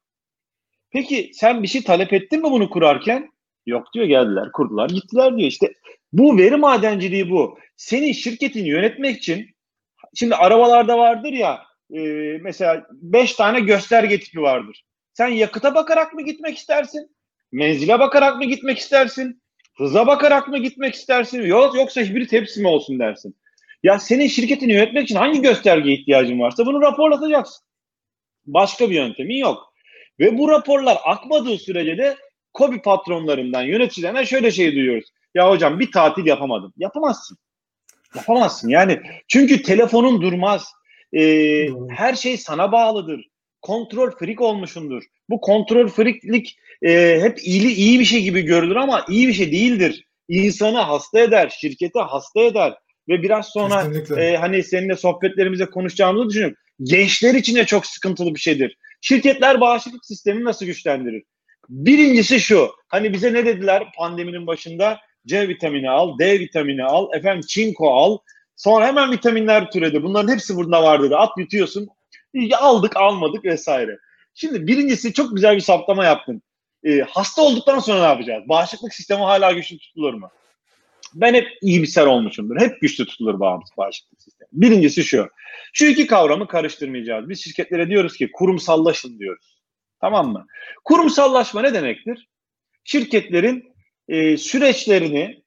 Peki sen bir şey talep ettin mi bunu kurarken? Yok diyor, geldiler kurdular gittiler diyor. İşte bu veri madenciliği bu. Senin şirketini yönetmek için şimdi arabalarda vardır ya e, mesela beş tane gösterge tipi vardır. Sen yakıta bakarak mı gitmek istersin? Menzile bakarak mı gitmek istersin? Hıza bakarak mı gitmek istersin? Yok, yoksa hibrit hepsi mi olsun dersin? Ya senin şirketini yönetmek için hangi göstergeye ihtiyacın varsa bunu raporlatacaksın. Başka bir yöntemin yok. Ve bu raporlar akmadığı sürece de KOBİ patronlarından, yöneticilerine şöyle şey duyuyoruz. Ya hocam bir tatil yapamadım. Yapamazsın. Yapamazsın yani. Çünkü telefonun durmaz. Ee, her şey sana bağlıdır. Kontrol freak olmuşundur. Bu kontrol freaklik e, hep iyi, iyi bir şey gibi görülür ama iyi bir şey değildir. İnsanı hasta eder, şirketi hasta eder. Ve biraz sonra e, hani seninle sohbetlerimize konuşacağımızı düşünüyorum. Gençler için de çok sıkıntılı bir şeydir. Şirketler bağışıklık sistemini nasıl güçlendirir? Birincisi şu, hani bize ne dediler pandeminin başında? C vitamini al, D vitamini al, efendim çinko al. Sonra hemen vitaminler türedi. Bunların hepsi burada var dedi. At yutuyorsun. Aldık, almadık vesaire. Şimdi birincisi çok güzel bir saptama yaptın. Ee, hasta olduktan sonra ne yapacağız? Bağışıklık sistemi hala güçlü tutulur mu? Ben hep iyimser olmuşumdur. Hep güçlü tutulur bağışıklık sistemi. Birincisi şu. Şu iki kavramı karıştırmayacağız. Biz şirketlere diyoruz ki kurumsallaşın diyoruz. Tamam mı? Kurumsallaşma ne demektir? Şirketlerin e, süreçlerini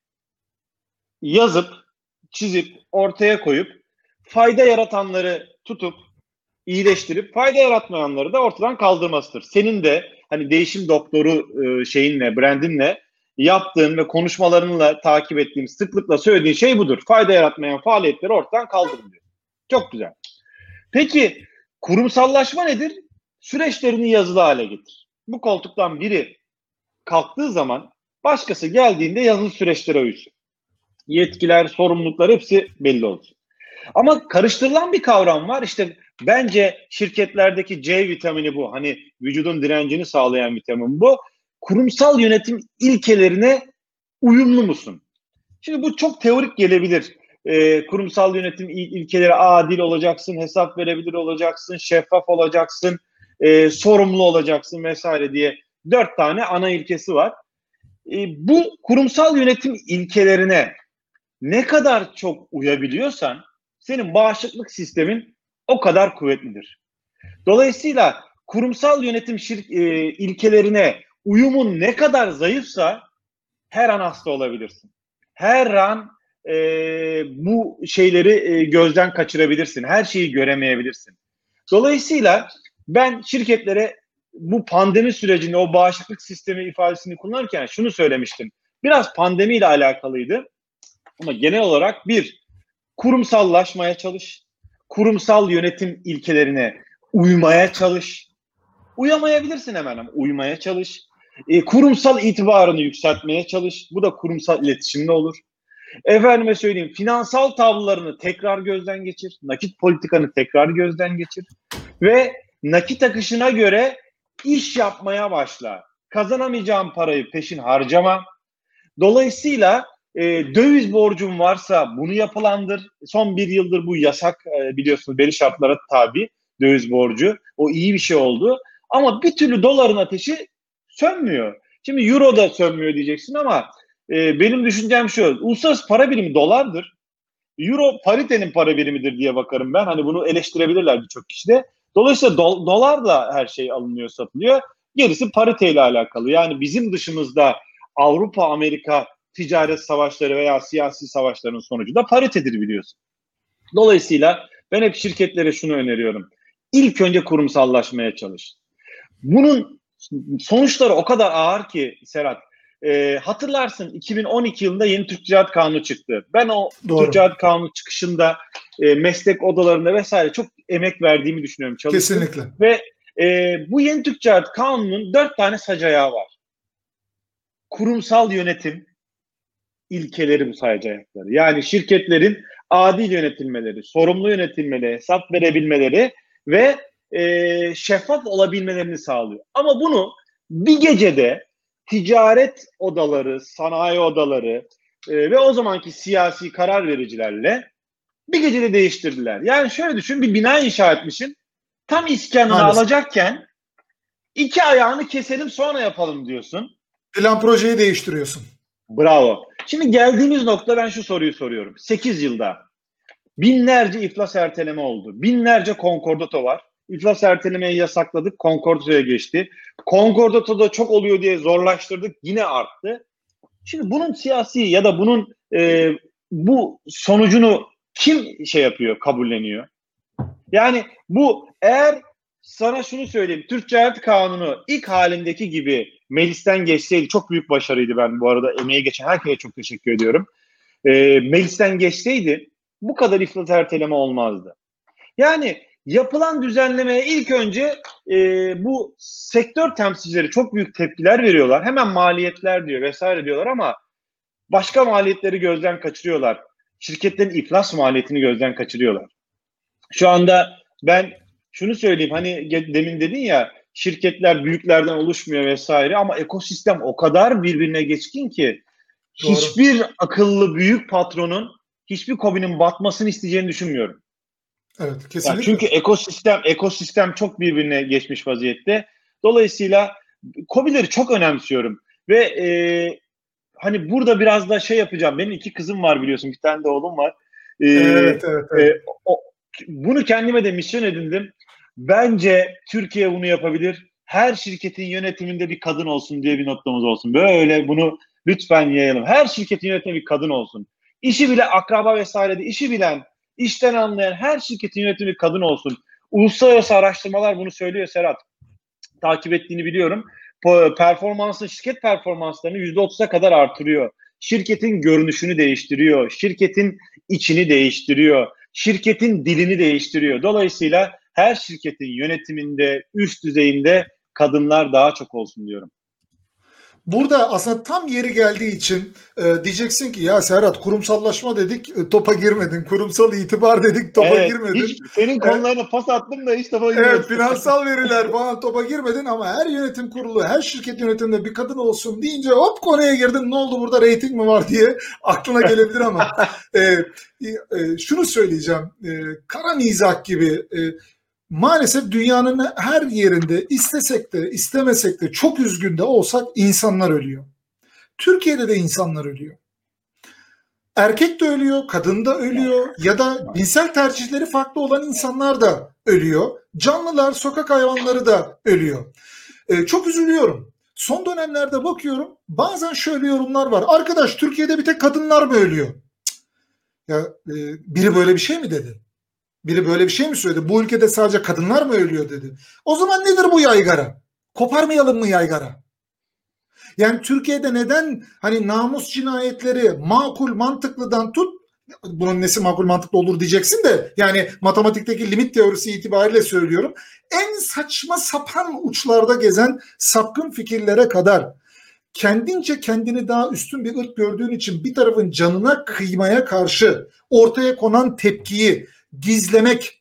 yazıp, çizip, ortaya koyup fayda yaratanları tutup, iyileştirip fayda yaratmayanları da ortadan kaldırmasıdır. Senin de hani değişim doktoru e, şeyinle, brandinle yaptığın ve konuşmalarınla takip ettiğim, sıklıkla söylediğin şey budur. Fayda yaratmayan faaliyetleri ortadan kaldırın diyor. Çok güzel. Peki kurumsallaşma nedir? Süreçlerini yazılı hale getir. Bu koltuktan biri kalktığı zaman Başkası geldiğinde yazılı süreçlere uysun. Yetkiler, sorumluluklar hepsi belli olsun. Ama karıştırılan bir kavram var. İşte bence şirketlerdeki C vitamini bu. Hani vücudun direncini sağlayan vitamin bu. Kurumsal yönetim ilkelerine uyumlu musun? Şimdi bu çok teorik gelebilir. Ee, kurumsal yönetim il- ilkeleri adil olacaksın, hesap verebilir olacaksın, şeffaf olacaksın, e, sorumlu olacaksın vesaire diye dört tane ana ilkesi var. E, bu kurumsal yönetim ilkelerine ne kadar çok uyabiliyorsan senin bağışıklık sistemin o kadar kuvvetlidir. Dolayısıyla kurumsal yönetim şir- e, ilkelerine uyumun ne kadar zayıfsa her an hasta olabilirsin. Her an e, bu şeyleri e, gözden kaçırabilirsin. Her şeyi göremeyebilirsin. Dolayısıyla ben şirketlere bu pandemi sürecinde o bağışıklık sistemi ifadesini kullanırken şunu söylemiştim. Biraz pandemiyle alakalıydı. Ama genel olarak bir, kurumsallaşmaya çalış. Kurumsal yönetim ilkelerine uymaya çalış. Uyamayabilirsin hemen ama uymaya çalış. E, kurumsal itibarını yükseltmeye çalış. Bu da kurumsal iletişimle olur. Efendime söyleyeyim, finansal tablolarını tekrar gözden geçir. Nakit politikanı tekrar gözden geçir. Ve nakit akışına göre iş yapmaya başla. Kazanamayacağın parayı peşin harcama. Dolayısıyla e, döviz borcun varsa bunu yapılandır. Son bir yıldır bu yasak, e, biliyorsunuz, belli şartlara tabi döviz borcu. O iyi bir şey oldu. Ama bir türlü doların ateşi sönmüyor. Şimdi euro da sönmüyor diyeceksin ama e, benim düşüncem şu. Uluslararası para birimi dolardır. Euro paritenin para birimidir diye bakarım ben. Hani bunu eleştirebilirler birçok kişi de. Dolayısıyla do- dolarla her şey alınıyor, satılıyor. Gerisi pariteyle alakalı. Yani bizim dışımızda Avrupa, Amerika ticaret savaşları veya siyasi savaşların sonucu da paritedir, biliyorsun. Dolayısıyla ben hep şirketlere şunu öneriyorum. İlk önce kurumsallaşmaya çalış. Bunun sonuçları o kadar ağır ki Serhat. E, hatırlarsın, iki bin on iki yılında yeni Türk Ticaret Kanunu çıktı. Ben o Doğru. Türk Ticaret Kanunu çıkışında e, meslek odalarında vesaire çok emek verdiğimi düşünüyorum, çalıştım. Kesinlikle. Ve e, bu yeni Türk Ticaret Kanunu'nun dört tane sac ayağı var. Kurumsal yönetim ilkeleri bu sac ayakları. Yani şirketlerin adil yönetilmeleri, sorumlu yönetilmeleri, hesap verebilmeleri ve e, şeffaf olabilmelerini sağlıyor. Ama bunu bir gecede ticaret odaları, sanayi odaları e, ve o zamanki siyasi karar vericilerle bir gecede değiştirdiler. Yani şöyle düşün, bir bina inşa etmişsin, tam iskanını Maalesef. alacakken iki ayağını keselim sonra yapalım diyorsun. Plan projeyi değiştiriyorsun. Bravo. Şimdi geldiğimiz nokta, ben şu soruyu soruyorum. sekiz yılda binlerce iflas erteleme oldu. Binlerce konkordato var. İflas ertelemeyi yasakladık, konkordatoya geçti. Konkordatoda çok oluyor diye zorlaştırdık, yine arttı. Şimdi bunun siyasi ya da bunun e, bu sonucunu kim şey yapıyor, kabulleniyor? Yani bu, eğer sana şunu söyleyeyim, Türk Ticaret Kanunu ilk halindeki gibi meclisten geçseydi, çok büyük başarıydı, ben bu arada emeği geçen herkese çok teşekkür ediyorum. E, meclisten geçseydi bu kadar iflas erteleme olmazdı. Yani yapılan düzenlemeye ilk önce e, bu sektör temsilcileri çok büyük tepkiler veriyorlar. Hemen maliyetler diyor vesaire diyorlar ama başka maliyetleri gözden kaçırıyorlar. Şirketlerin iflas maliyetini gözden kaçırıyorlar. Şu anda ben şunu söyleyeyim, hani demin dedin ya, şirketler büyüklerden oluşmuyor vesaire ama ekosistem o kadar birbirine geçkin ki Doğru. hiçbir akıllı büyük patronun hiçbir KOBİ'nin batmasını isteyeceğini düşünmüyorum. Evet, kesinlikle. Yani çünkü ekosistem ekosistem çok birbirine geçmiş vaziyette. Dolayısıyla KOBİ'leri çok önemsiyorum ve e, hani burada biraz da şey yapacağım. Benim iki kızım var, biliyorsun, bir tane de oğlum var. E, Evet, evet, evet. E, o, bunu kendime de misyon edindim. Bence Türkiye bunu yapabilir. Her şirketin yönetiminde bir kadın olsun diye bir noktamız olsun. Böyle bunu lütfen yayalım. Her şirketin yönetiminde bir kadın olsun. İşi bile akraba vesaire de işi bilen, işten anlayan her şirketin yönetiminde bir kadın olsun. Uluslararası araştırmalar bunu söylüyor Serhat. Takip ettiğini biliyorum. Performansı, şirket performanslarını yüzde otuza kadar artırıyor. Şirketin görünüşünü değiştiriyor. Şirketin içini değiştiriyor. Şirketin dilini değiştiriyor. Dolayısıyla her şirketin yönetiminde, üst düzeyinde kadınlar daha çok olsun diyorum. burada aslında tam yeri geldiği için e, diyeceksin ki ya Serhat kurumsallaşma dedik e, topa girmedin. Kurumsal itibar dedik topa Evet, girmedin. hiç senin E, konularına pas attım da hiç topa Evet, girmedin. finansal veriler falan topa girmedin ama her yönetim kurulu, her şirket yönetiminde bir kadın olsun deyince hop konuya girdin. Ne oldu burada reyting mi var diye aklına gelebilir ama e, e, şunu söyleyeceğim. E, kara mizah gibi e, maalesef dünyanın her yerinde istesek de istemesek de çok üzgün de olsak insanlar ölüyor. Türkiye'de de insanlar ölüyor. Erkek de ölüyor, kadın da ölüyor ya da cinsel tercihleri farklı olan insanlar da ölüyor. Canlılar, sokak hayvanları da ölüyor. Ee, çok üzülüyorum. Son dönemlerde bakıyorum bazen şöyle yorumlar var. Arkadaş Türkiye'de bir tek kadınlar mı ölüyor? Cık. Ya e, biri böyle bir şey mi dedi? Biri böyle bir şey mi söyledi? Bu ülkede sadece kadınlar mı ölüyor dedi. O zaman nedir bu yaygara? Koparmayalım mı yaygara? Yani Türkiye'de neden hani namus cinayetleri makul mantıklıdan tut, bunun nesi makul mantıklı olur diyeceksin de yani matematikteki limit teorisi itibariyle söylüyorum. En saçma sapan uçlarda gezen sapkın fikirlere kadar kendince kendini daha üstün bir ırk gördüğün için bir tarafın canına kıymaya karşı ortaya konan tepkiyi gizlemek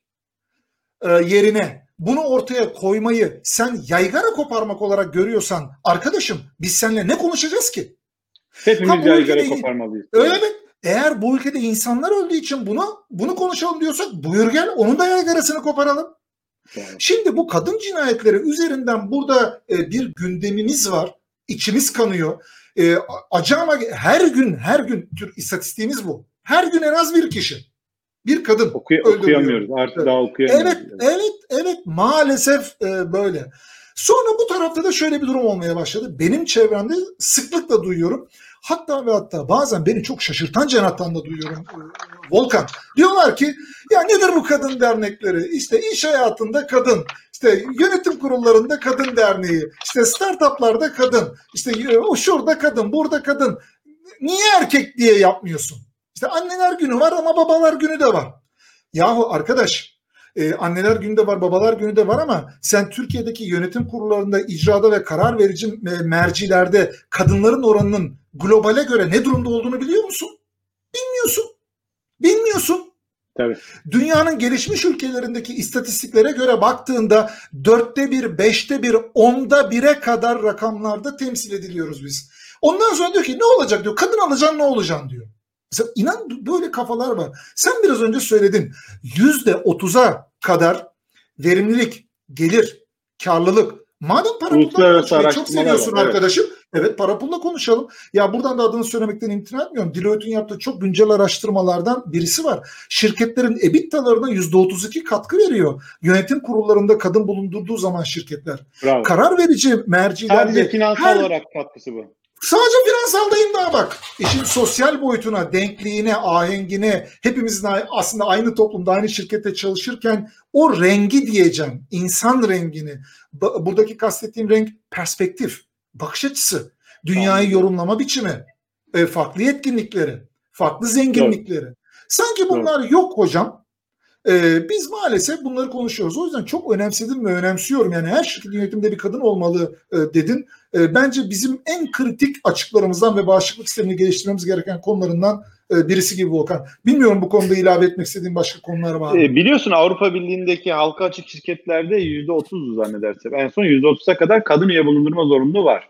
e, yerine bunu ortaya koymayı sen yaygara koparmak olarak görüyorsan arkadaşım biz seninle ne konuşacağız ki? Hepimiz yaygara koparmalıyız. Öyle mi? Eğer bu ülkede insanlar öldüğü için bunu bunu konuşalım diyorsak buyur gel onun da yaygarasını koparalım. Evet. Şimdi bu kadın cinayetleri üzerinden burada e, bir gündemimiz var. İçimiz kanıyor. E, acı ama her gün her gün tür istatistiğimiz bu. Her gün en az bir kişi. Bir kadın Okuy- okuyamıyoruz. Artık evet. Daha okuyamıyoruz. Evet, evet, evet. Maalesef e, böyle. Sonra bu tarafta da şöyle bir durum olmaya başladı. Benim çevremde sıklıkla duyuyorum. Hatta ve hatta bazen beni çok şaşırtan cenahtan da duyuyorum. E, Volkan. Diyorlar ki ya nedir bu kadın dernekleri? İşte iş hayatında kadın, işte yönetim kurullarında kadın derneği, işte startuplarda kadın, işte o şurada kadın, burada kadın. Niye erkek diye yapmıyorsun? İşte anneler günü var ama babalar günü de var. Yahu arkadaş e, anneler günü de var, babalar günü de var ama sen Türkiye'deki yönetim kurullarında, icrada ve karar verici e, mercilerde kadınların oranının globale göre ne durumda olduğunu biliyor musun? Bilmiyorsun. Bilmiyorsun. Tabii. Dünyanın gelişmiş ülkelerindeki istatistiklere göre baktığında dörtte bir, beşte bir, onda bire kadar rakamlarda temsil ediliyoruz biz. Ondan sonra diyor ki ne olacak diyor. Kadın alacaksın ne olacaksın diyor. Mesela inan böyle kafalar var. Sen biraz önce söyledin. yüzde otuza kadar verimlilik, gelir, karlılık. Madem para pulla konuşmayı çok seviyorsun var, arkadaşım. Evet. evet para pulla konuşalım. Ya buradan da adını söylemekten imtina etmiyorum. Deloitte'in yaptığı çok güncel araştırmalardan birisi var. Şirketlerin EBITDA'larına yüzde otuz iki katkı veriyor. Yönetim kurullarında kadın bulundurduğu zaman şirketler. Bravo. Karar verici mercilerde. Sadece finansal her... olarak katkısı bu. Sadece finansaldayım daha bak. İşin sosyal boyutuna, denkliğine, ahengine, hepimizin aslında aynı toplumda, aynı şirkette çalışırken o rengi diyeceğim, insan rengini. Buradaki kastettiğim renk perspektif, bakış açısı, dünyayı yorumlama biçimi, farklı yetkinlikleri, farklı zenginlikleri. Evet. Sanki bunlar evet. yok hocam. Ee, biz maalesef bunları konuşuyoruz. O yüzden çok önemsedim ve önemsiyorum. Yani her şirket yönetiminde bir kadın olmalı e, dedin. E, bence bizim en kritik açıklarımızdan ve bağışıklık sistemini geliştirmemiz gereken konularından e, birisi gibi Volkan. Bilmiyorum bu konuda ilave etmek istediğin başka konular var mı? E, biliyorsun Avrupa Birliği'ndeki halka açık şirketlerde yüzde otuz zannedersem. En son yüzde otuza kadar kadın üye bulundurma zorunluluğu var.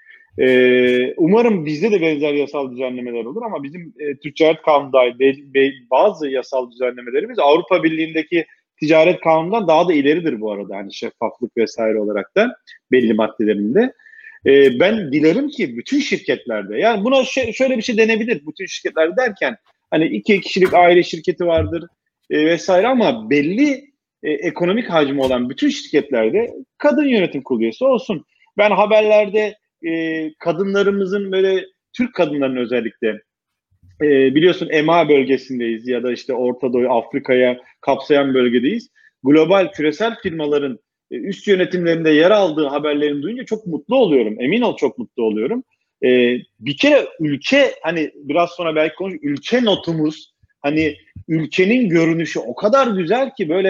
Ee, umarım bizde de benzer yasal düzenlemeler olur ama bizim e, Türk Ticaret Kanunu dahil be, be, bazı yasal düzenlemelerimiz Avrupa Birliği'ndeki ticaret kanunundan daha da ileridir bu arada. Hani şeffaflık vesaire olarak da belli maddelerinde. Ee, ben dilerim ki bütün şirketlerde, yani buna ş- şöyle bir şey denebilir bütün şirketler derken hani iki kişilik aile şirketi vardır e, vesaire ama belli e, ekonomik hacmi olan bütün şirketlerde kadın yönetim kurulu üyesi olsun. Ben haberlerde E, kadınlarımızın böyle Türk kadınların özellikle e, biliyorsun E M A bölgesindeyiz ya da işte Orta Doğu, Afrika'ya kapsayan bölgedeyiz. Global küresel firmaların e, üst yönetimlerinde yer aldığı haberlerini duyunca çok mutlu oluyorum. Emin ol çok mutlu oluyorum. E, bir kere ülke hani biraz sonra belki konuş ülke notumuz hani ülkenin görünüşü o kadar güzel ki böyle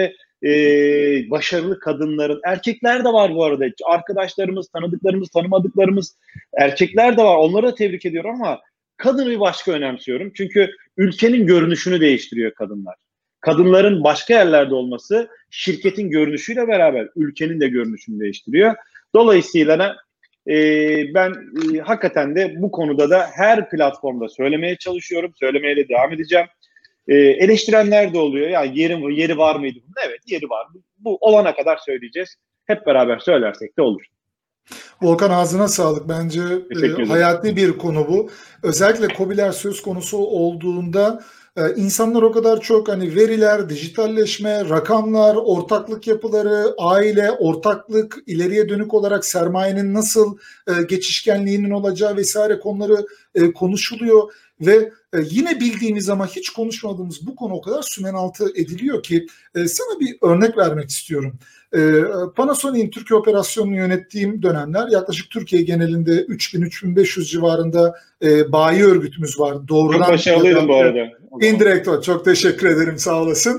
e, başarılı kadınların, erkekler de var bu arada. Arkadaşlarımız, tanıdıklarımız, tanımadıklarımız, erkekler de var. Onları da tebrik ediyorum ama kadını bir başka önemsiyorum. Çünkü ülkenin görünüşünü değiştiriyor kadınlar. Kadınların başka yerlerde olması şirketin görünüşüyle beraber ülkenin de görünüşünü değiştiriyor. Dolayısıyla e, ben e, hakikaten de bu konuda da her platformda söylemeye çalışıyorum. Söylemeye de devam edeceğim. E, eleştirenler de oluyor. Ya yeri, yeri var mıydı? Evet, yeri var. Bu olana kadar söyleyeceğiz. Hep beraber söylersek de olur. Volkan, ağzına sağlık. Bence e, hayati bir konu bu. Özellikle KOBİ'ler söz konusu olduğunda e, insanlar o kadar çok hani veriler, dijitalleşme, rakamlar, ortaklık yapıları, aile, ortaklık, ileriye dönük olarak sermayenin nasıl e, geçişkenliğinin olacağı vesaire konuları e, konuşuluyor ve e, yine bildiğimiz ama hiç konuşmadığımız bu konu o kadar sümenaltı ediliyor ki e, sana bir örnek vermek istiyorum. Panasonic'in Türkiye operasyonunu yönettiğim dönemler yaklaşık Türkiye genelinde üç bin üç bin beş yüz civarında e, bayi örgütümüz var. Doğrudan çok başarılıydım bu arada. İndirekt o. Çok teşekkür ederim, sağ olasın.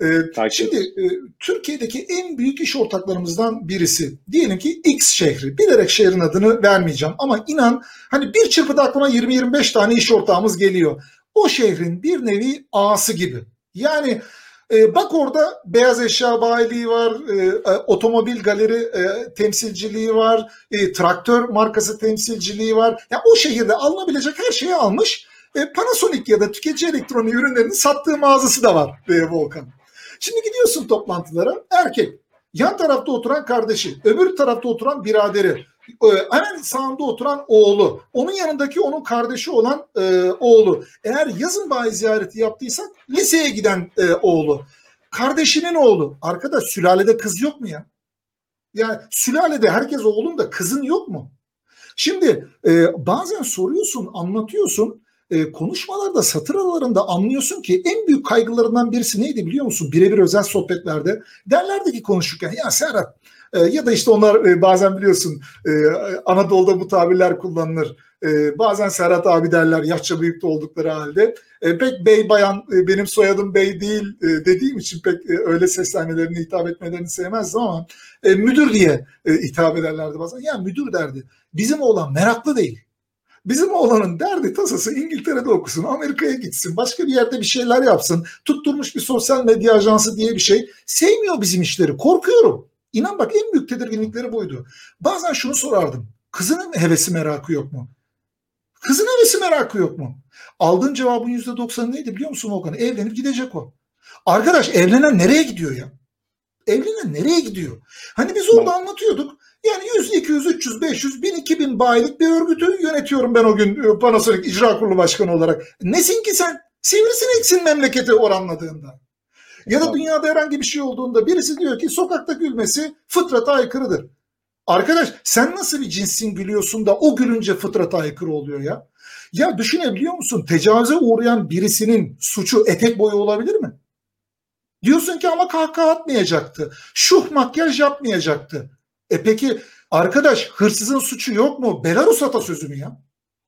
E, şimdi e, Türkiye'deki en büyük iş ortaklarımızdan birisi. Diyelim ki X şehri. Bilerek şehrin adını vermeyeceğim ama inan hani bir çırpıda aklıma yirmi yirmi beş tane iş ortağımız geliyor. O şehrin bir nevi ağası gibi. Yani E, bak orada beyaz eşya bayiliği var, e, otomobil galeri e, temsilciliği var, e, traktör markası temsilciliği var. Yani o şehirde alınabilecek her şeyi almış. E, Panasonic ya da tüketici elektronik ürünlerinin sattığı mağazası da var e, Volkan. Şimdi gidiyorsun toplantılara, erkek. Yan tarafta oturan kardeşi, öbür tarafta oturan biraderi, hemen sağında oturan oğlu, onun yanındaki onun kardeşi olan e, oğlu. Eğer yazın bayi ziyareti yaptıysak liseye giden e, oğlu, kardeşinin oğlu. Arkadaş, sülalede kız yok mu ya? Yani sülalede herkes oğlun da kızın yok mu? Şimdi e, bazen soruyorsun, anlatıyorsun. E, konuşmalarda, satır aralarında anlıyorsun ki en büyük kaygılarından birisi neydi biliyor musun? Birebir özel sohbetlerde derlerdi ki konuşurken, ya Serhat e, ya da işte onlar e, bazen biliyorsun e, Anadolu'da bu tabirler kullanılır. E, bazen Serhat abi derler yaşça büyük de oldukları halde. E, pek bey bayan, e, benim soyadım bey değil e, dediğim için pek e, öyle seslenmelerini, hitap etmelerini sevmezdim ama e, müdür diye e, hitap ederlerdi bazen. Ya müdür derdi. Bizim oğlan meraklı değil. Bizim oğlanın derdi tasası İngiltere'de okusun, Amerika'ya gitsin, başka bir yerde bir şeyler yapsın, tutturmuş bir sosyal medya ajansı diye bir şey. Sevmiyor bizim işleri, korkuyorum. İnan bak, en büyük tedirginlikleri buydu. Bazen şunu sorardım, kızının hevesi merakı yok mu? Kızın hevesi merakı yok mu? Aldığın cevabın yüzde doksanı neydi biliyor musun Volkan? Evlenip gidecek o. Arkadaş, evlenen nereye gidiyor ya? Evlenen nereye gidiyor? Hani biz orada anlatıyorduk. Yani yüz, iki yüz, üç yüz, beş yüz, bin, iki bin bayilik bir örgütü yönetiyorum ben o gün Panasonic İcra Kurulu Başkanı olarak. Nesin ki sen? Sivrisineksin memleketi oranladığında. Ya da dünyada herhangi bir şey olduğunda birisi diyor ki sokakta gülmesi fıtrata aykırıdır. Arkadaş, sen nasıl bir cinssin gülüyorsun da o gülünce fıtrata aykırı oluyor ya? Ya düşünebiliyor musun? Tecavüze uğrayan birisinin suçu etek boyu olabilir mi? Diyorsun ki ama kahkaha atmayacaktı. Şuh makyaj yapmayacaktı. E peki arkadaş, hırsızın suçu yok mu? Belarus atasözü mü ya?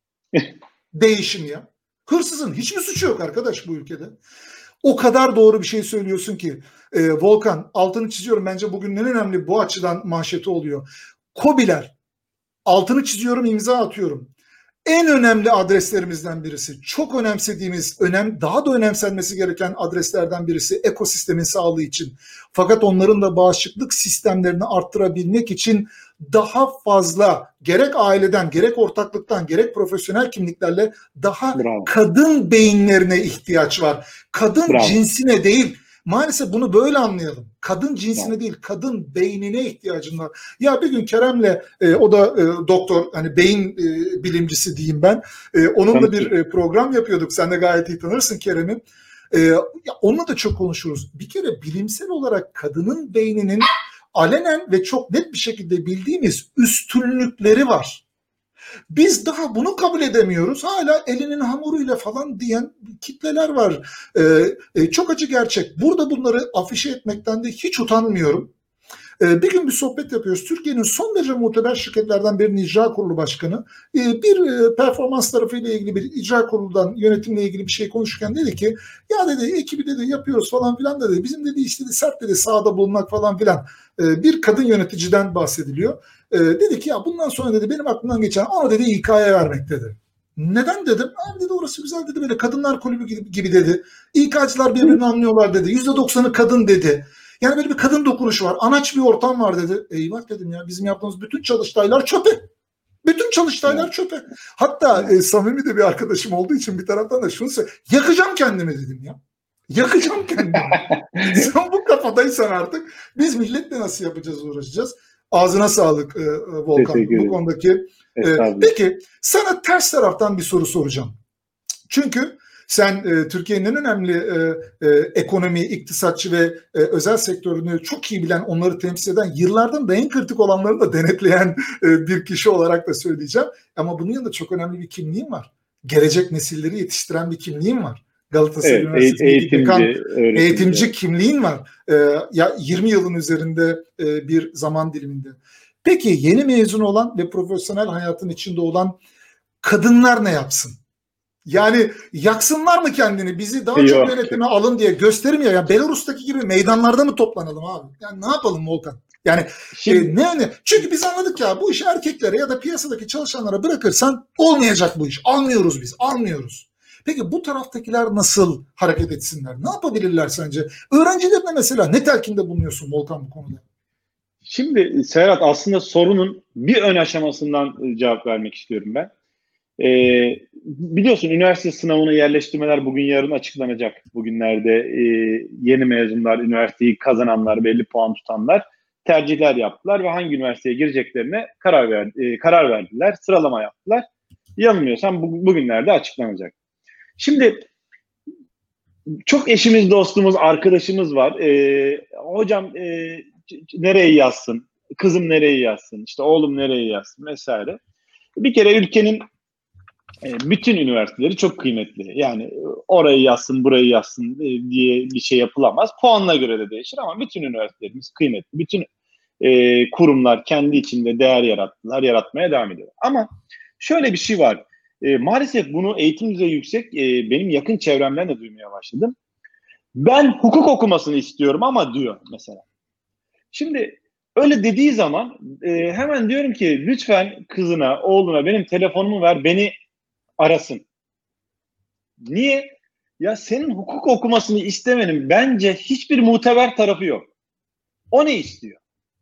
Değişim ya. Hırsızın hiçbir suçu yok arkadaş bu ülkede. O kadar doğru bir şey söylüyorsun ki e, Volkan, altını çiziyorum, bence bugün en önemli bu açıdan manşeti oluyor. KOBİ'ler, altını çiziyorum, imza atıyorum. En önemli adreslerimizden birisi, çok önemsediğimiz, önem, daha da önemsenmesi gereken adreslerden birisi ekosistemin sağlığı için. Fakat onların da bağışıklık sistemlerini arttırabilmek için daha fazla gerek aileden, gerek ortaklıktan, gerek profesyonel kimliklerle daha Bravo. kadın beyinlerine ihtiyaç var. Kadın Bravo. cinsine değil. Maalesef bunu böyle anlayalım. Kadın cinsine değil, kadın beynine ihtiyacın var. Ya bir gün Kerem'le, e, o da e, doktor, hani beyin e, bilimcisi diyeyim ben. E, onunla bir e, program yapıyorduk. Sen de gayet iyi tanırsın Kerem'i. E, ya onunla da çok konuşuruz. Bir kere bilimsel olarak kadının beyninin alenen ve çok net bir şekilde bildiğimiz üstünlükleri var. Biz daha bunu kabul edemiyoruz. Hala elinin hamuruyla falan diyen kitleler var. Ee, e, çok acı gerçek. Burada bunları afişe etmekten de hiç utanmıyorum. E, bir gün bir sohbet yapıyoruz. Türkiye'nin son derece muteber şirketlerden birinin icra kurulu başkanı e, bir e, performans tarafıyla ilgili bir icra kurulundan yönetimle ilgili bir şey konuşurken dedi ki ya dedi ekibi dedi yapıyoruz falan filan dedi. Bizim dedi işte de sert dedi sahada bulunmak falan filan. E, bir kadın yöneticiden bahsediliyor. E, dedi ki ya bundan sonra dedi benim aklımdan geçen ama dedi İK'ya vermek dedi. Neden dedim? Abi dedi orası güzel dedi böyle kadınlar kulübü gibi, gibi dedi. İK'cılar birbirini anlıyorlar dedi. yüzde doksanı kadın dedi. Yani böyle bir kadın dokunuşu var. Anaç bir ortam var dedi. Eyvah dedim ya bizim yaptığımız bütün çalıştaylar çöpe. Bütün çalıştaylar evet. çöpe. Hatta evet. e, samimi de bir arkadaşım olduğu için bir taraftan da şunu söyleyeyim. Yakacağım kendimi dedim ya. Yakacağım kendimi. Sen bu kafadaysan artık biz milletle nasıl yapacağız uğraşacağız. Ağzına sağlık e, Volkan. Bu konudaki. E, peki sana ters taraftan bir soru soracağım. Çünkü sen e, Türkiye'nin en önemli e, e, ekonomi, iktisatçı ve e, özel sektörünü çok iyi bilen, onları temsil eden, yıllardan da en kritik olanları da denetleyen e, bir kişi olarak da söyleyeceğim. Ama bunun yanında çok önemli bir kimliğin var. Gelecek nesilleri yetiştiren bir kimliğin var. Galatasaray evet, Üniversitesi'ndeki eğitimci, dekan, eğitimci kimliğin var. E, ya yirmi yılın üzerinde e, bir zaman diliminde. Peki yeni mezun olan ve profesyonel hayatın içinde olan kadınlar ne yapsın? Yani yaksınlar mı kendini? Bizi daha Yok. çok yönetime alın diye göstermiyor. Yani Belarus'taki gibi meydanlarda mı toplanalım abi? Yani ne yapalım Volkan? Yani Şimdi, e, ne önemli? Çünkü biz anladık ya bu işi erkeklere ya da piyasadaki çalışanlara bırakırsan olmayacak bu iş. Almıyoruz biz, almıyoruz. Peki bu taraftakiler nasıl hareket etsinler? Ne yapabilirler sence? Öğrencilerine mesela ne telkinde bulunuyorsun Volkan bu konuda? Şimdi Serhat aslında sorunun bir ön aşamasından cevap vermek istiyorum ben. Ee, biliyorsun üniversite sınavına yerleştirmeler bugün yarın açıklanacak. Bugünlerde e, yeni mezunlar, üniversiteyi kazananlar, belli puan tutanlar tercihler yaptılar ve hangi üniversiteye gireceklerine karar, verdi, e, karar verdiler, sıralama yaptılar. Yanılmıyorsam bu, bugünlerde açıklanacak. Şimdi çok eşimiz, dostumuz, arkadaşımız var. Ee, hocam e, nereye yazsın, kızım nereye yazsın, işte oğlum nereye yazsın vesaire. Bir kere ülkenin bütün üniversiteleri çok kıymetli. Yani orayı yazsın, burayı yazsın diye bir şey yapılamaz. Puanına göre de değişir ama bütün üniversitelerimiz kıymetli. Bütün e, kurumlar kendi içinde değer yarattılar, yaratmaya devam ediyor. Ama şöyle bir şey var. E, maalesef bunu eğitim düzeyi yüksek, e, benim yakın çevremden de duymaya başladım. Ben hukuk okumasını istiyorum ama diyor mesela. Şimdi öyle dediği zaman e, hemen diyorum ki lütfen kızına, oğluna benim telefonumu ver, beni arasın. Niye? Ya senin hukuk okumasını istemenin bence hiçbir muteber tarafı yok. O ne istiyor?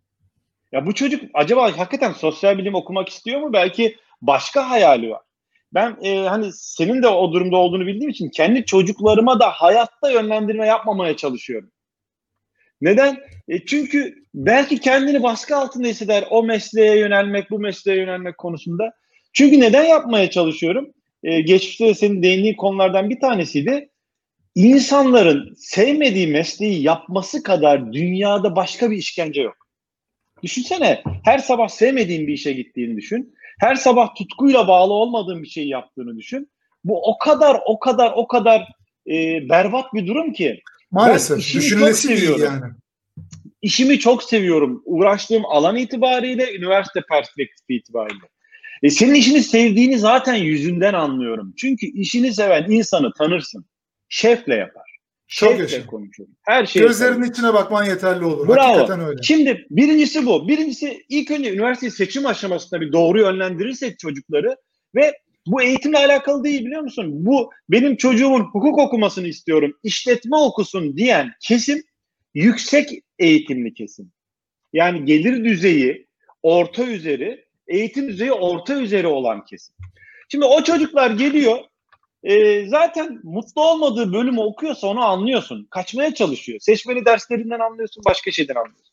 Ya bu çocuk acaba hakikaten sosyal bilim okumak istiyor mu? Belki başka hayali var. Ben e, hani senin de o durumda olduğunu bildiğim için kendi çocuklarıma da hayatta yönlendirme yapmamaya çalışıyorum. Neden? E çünkü belki kendini baskı altında hisseder o mesleğe yönelmek, bu mesleğe yönelmek konusunda. Çünkü neden yapmaya çalışıyorum? Ee, geçmişte de senin değindiğin konulardan bir tanesiydi. İnsanların sevmediği mesleği yapması kadar dünyada başka bir işkence yok. Düşünsene, her sabah sevmediğin bir işe gittiğini düşün. Her sabah tutkuyla bağlı olmadığın bir şey yaptığını düşün. Bu o kadar, o kadar, o kadar e, berbat bir durum ki. Maalesef. Düşünülesi değil yani. İşimi çok seviyorum. Uğraştığım alan itibariyle, üniversite perspektifi itibariyle. E senin işini sevdiğini zaten yüzünden anlıyorum. Çünkü işini seven insanı tanırsın. Şefle yapar. Çok Şefle yaşa. konuşur. Her şeyi Gözlerinin tanır. içine bakman yeterli olur. Bravo. Hakikaten öyle. Şimdi birincisi bu. Birincisi ilk önce üniversite seçim aşamasında bir doğru yönlendirirsek çocukları ve bu eğitimle alakalı değil biliyor musun? Bu benim çocuğumun hukuk okumasını istiyorum, işletme okusun diyen kesim yüksek eğitimli kesim. Yani gelir düzeyi orta üzeri, eğitim düzeyi orta üzeri olan kesim. Şimdi o çocuklar geliyor, e, zaten mutlu olmadığı bölümü okuyorsa onu anlıyorsun. Kaçmaya çalışıyor. Seçmeli derslerinden anlıyorsun, başka şeyden anlıyorsun.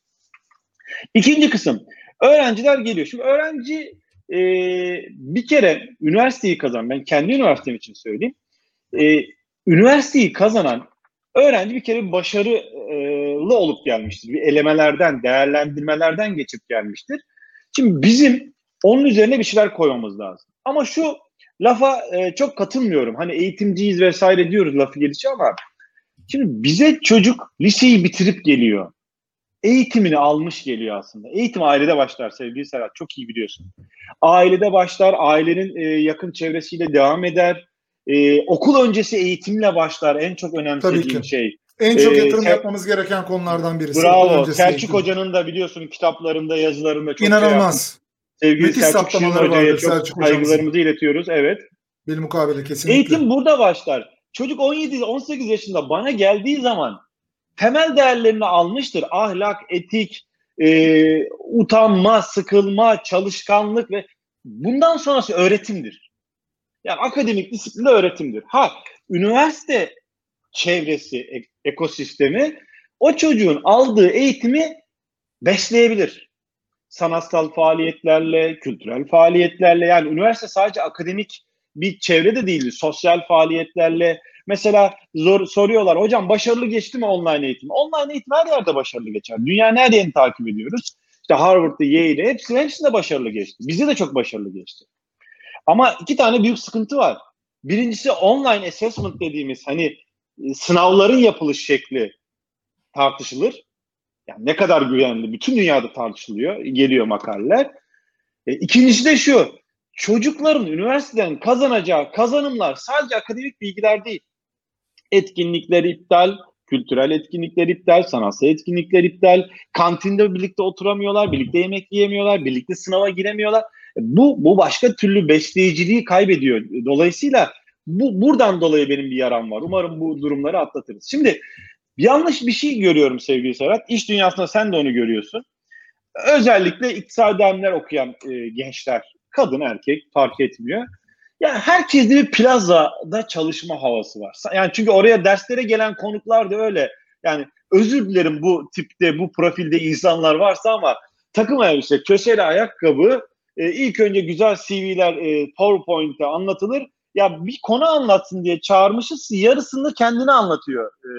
İkinci kısım, öğrenciler geliyor. Şimdi öğrenci e, bir kere üniversiteyi kazanan, ben kendi üniversitem için söyleyeyim. E, üniversiteyi kazanan öğrenci bir kere başarılı olup gelmiştir. Bir elemelerden, değerlendirmelerden geçip gelmiştir. Şimdi bizim onun üzerine bir şeyler koymamız lazım. Ama şu lafa e, çok katılmıyorum. Hani eğitimciyiz vesaire diyoruz lafı gelişi ama şimdi bize çocuk liseyi bitirip geliyor. eğitimini almış geliyor aslında. Eğitim ailede başlar sevgili Serhat, çok iyi biliyorsun. Ailede başlar, ailenin e, yakın çevresiyle devam eder. E, okul öncesi eğitimle başlar, en çok Tabii ki. önemsediğim şey. En çok E, yatırım se- yapmamız gereken konulardan birisi okul Bravo. öncesi Selçuk eğitim. Hoca'nın da biliyorsun kitaplarında, yazılarında çok şey yapmış. İnanılmaz. Sevgili Müthiş Selçuk Şirin saptamaları Hoca'ya vardır çok Selçuk hocamızın. saygılarımızı iletiyoruz. Evet. Bilmukabele kesinlikle. Eğitim burada başlar. Çocuk on yedi on sekiz yaşında bana geldiği zaman temel değerlerini almıştır. Ahlak, etik, e, utanma, sıkılma, çalışkanlık ve bundan sonrası öğretimdir. Yani akademik disiplinle öğretimdir. Ha, üniversite çevresi, ek- ekosistemi o çocuğun aldığı eğitimi besleyebilir. Sanatsal faaliyetlerle, kültürel faaliyetlerle, yani üniversite sadece akademik bir çevre de değildir. Sosyal faaliyetlerle. Mesela zor, soruyorlar, hocam başarılı geçti mi online eğitim? Online eğitim her yerde başarılı geçer. Dünyanın her yerini takip ediyoruz. İşte Harvard'da, Yale'de hepsi, hepsinde başarılı geçti. Bizde de çok başarılı geçti. Ama iki tane büyük sıkıntı var. Birincisi online assessment dediğimiz hani e, sınavların yapılış şekli tartışılır. Yani ne kadar güvenli, bütün dünyada tartışılıyor, geliyor makaleler. E, ikincisi de şu, çocukların üniversiteden kazanacağı kazanımlar sadece akademik bilgiler değil. Etkinlikler iptal, kültürel etkinlikler iptal, sanatsal etkinlikler iptal, kantinde birlikte oturamıyorlar, birlikte yemek yiyemiyorlar, birlikte sınava giremiyorlar. E, Bu, bu başka türlü besleyiciliği kaybediyor. Dolayısıyla bu buradan dolayı benim bir yaram var. Umarım bu durumları atlatırız. Şimdi yanlış bir şey görüyorum sevgili Serhat. İş dünyasında sen de onu görüyorsun. Özellikle iktisadi bilimler okuyan e, gençler, kadın erkek fark etmiyor. Yani herkeste bir plazada çalışma havası var. Yani çünkü oraya derslere gelen konuklar da öyle. Yani özür dilerim bu tipte, bu profilde insanlar varsa ama takım elbise, köşeli ayakkabı, e, ilk önce güzel C V'ler e, PowerPoint'te anlatılır. Ya bir konu anlatsın diye çağırmışız, yarısını kendini anlatıyor e,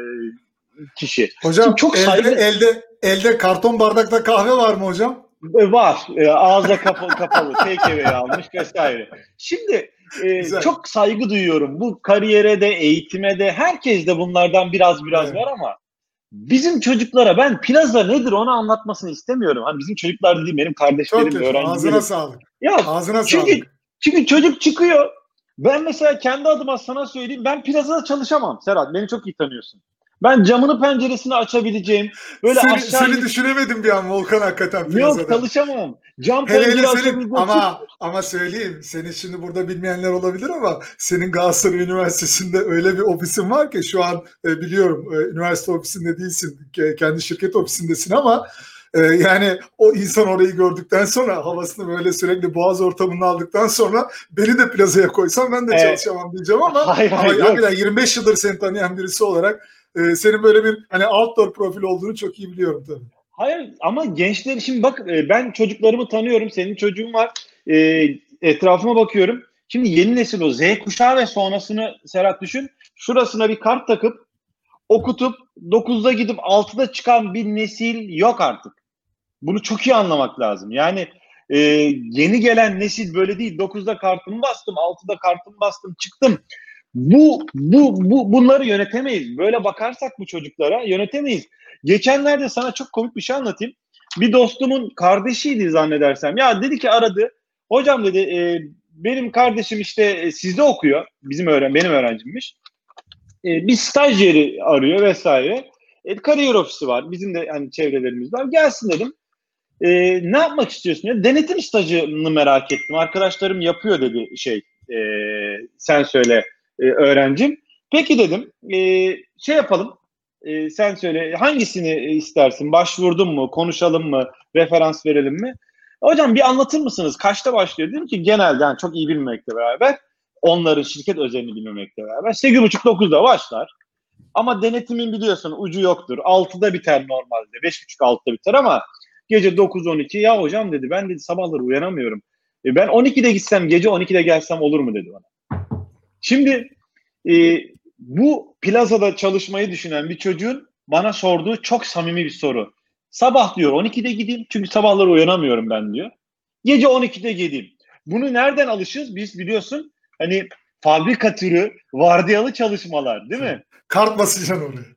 kişi. Şimdi Hocam çok elde saygı elde elde karton bardakta kahve var mı hocam? e, var. E, ağza kapalı, kapalı take almış vesaire. Şimdi e, Güzel. çok saygı duyuyorum. Bu kariyere de, eğitime de, herkes de bunlardan biraz biraz Evet. var ama bizim çocuklara ben plaza nedir onu anlatmasını istemiyorum. Hani bizim çocuklar değil, benim Çok kardeşlerim, yaşa. Ağzına öğrencilerim. sağlık. Ya Ağzına çünkü sağlık. çünkü çocuk çıkıyor. Ben mesela kendi adıma sana söyleyeyim. Ben plazada çalışamam Serhat. Beni çok iyi tanıyorsun. Ben camını penceresini açabileceğim. Böyle Seni aşağı seni inip düşünemedim bir an Volkan hakikaten yok plazada. çalışamam. Cam Hele hele pencere senin açabileceğim. ama ama söyleyeyim seni şimdi burada bilmeyenler olabilir ama senin Galatasaray Üniversitesi'nde öyle bir ofisin var ki şu an e, biliyorum e, üniversite ofisinde değilsin e, kendi şirket ofisindesin ama e, yani o insan orayı gördükten sonra havasını böyle sürekli boğaz ortamını aldıktan sonra beni de plazaya koysam ben de E, çalışamam diyeceğim ama hayır ama hayır yok. hakikaten yirmi beş yıldır seni tanıyan birisi olarak e, senin böyle bir hani outdoor profil olduğunu çok iyi biliyorum tabii. Hayır ama gençler şimdi bak e, ben çocuklarımı tanıyorum. Senin çocuğun var. E, etrafıma bakıyorum. Şimdi yeni nesil o Z kuşağı ve sonrasını Serhat düşün. Şurasına bir kart takıp okutup dokuzda gidip altıda çıkan bir nesil yok artık. Bunu çok iyi anlamak lazım. Yani e, yeni gelen nesil böyle değil. dokuzda kartımı bastım, altıda kartımı bastım, çıktım. Bu, bu, bu bunları yönetemeyiz. Böyle bakarsak bu çocuklara yönetemeyiz. Geçenlerde sana çok komik bir şey anlatayım. Bir dostumun kardeşiydi zannedersem. Ya dedi ki aradı. Hocam dedi e, benim kardeşim işte e, sizde okuyor. Bizim öğren benim öğrencimmiş. E, bir staj yeri arıyor vesaire. E, kariyer ofisi var. Bizim de hani çevrelerimiz var. Gelsin dedim. E, ne yapmak istiyorsun? Ya, denetim stajını merak ettim. Arkadaşlarım yapıyor dedi şey. E, sen söyle e, öğrencim. Peki dedim. E, şey yapalım. E, sen söyle hangisini istersin? Başvurdun mu? Konuşalım mı? Referans verelim mi? Hocam bir anlatır mısınız? Kaçta başlıyor? Dedim ki genelde yani çok iyi bilmemekle beraber onların şirket özelini bilmemekle beraber sekiz buçuk dokuzda başlar. Ama denetimin biliyorsun ucu yoktur. altıda biter normalde. beş buçuk altıda biter ama gece dokuz on iki ya hocam dedi ben dedi sabahları uyanamıyorum. E ben on ikide gitsem gece on ikide gelsem olur mu dedi bana. Şimdi e, bu plazada çalışmayı düşünen bir çocuğun bana sorduğu çok samimi bir soru. Sabah diyor on ikide gideyim çünkü sabahları uyanamıyorum ben diyor. Gece on ikide gideyim. Bunu nereden alışırız? Biz biliyorsun hani fabrika türü vardiyalı çalışmalar değil mi? Kart basacaksın oraya.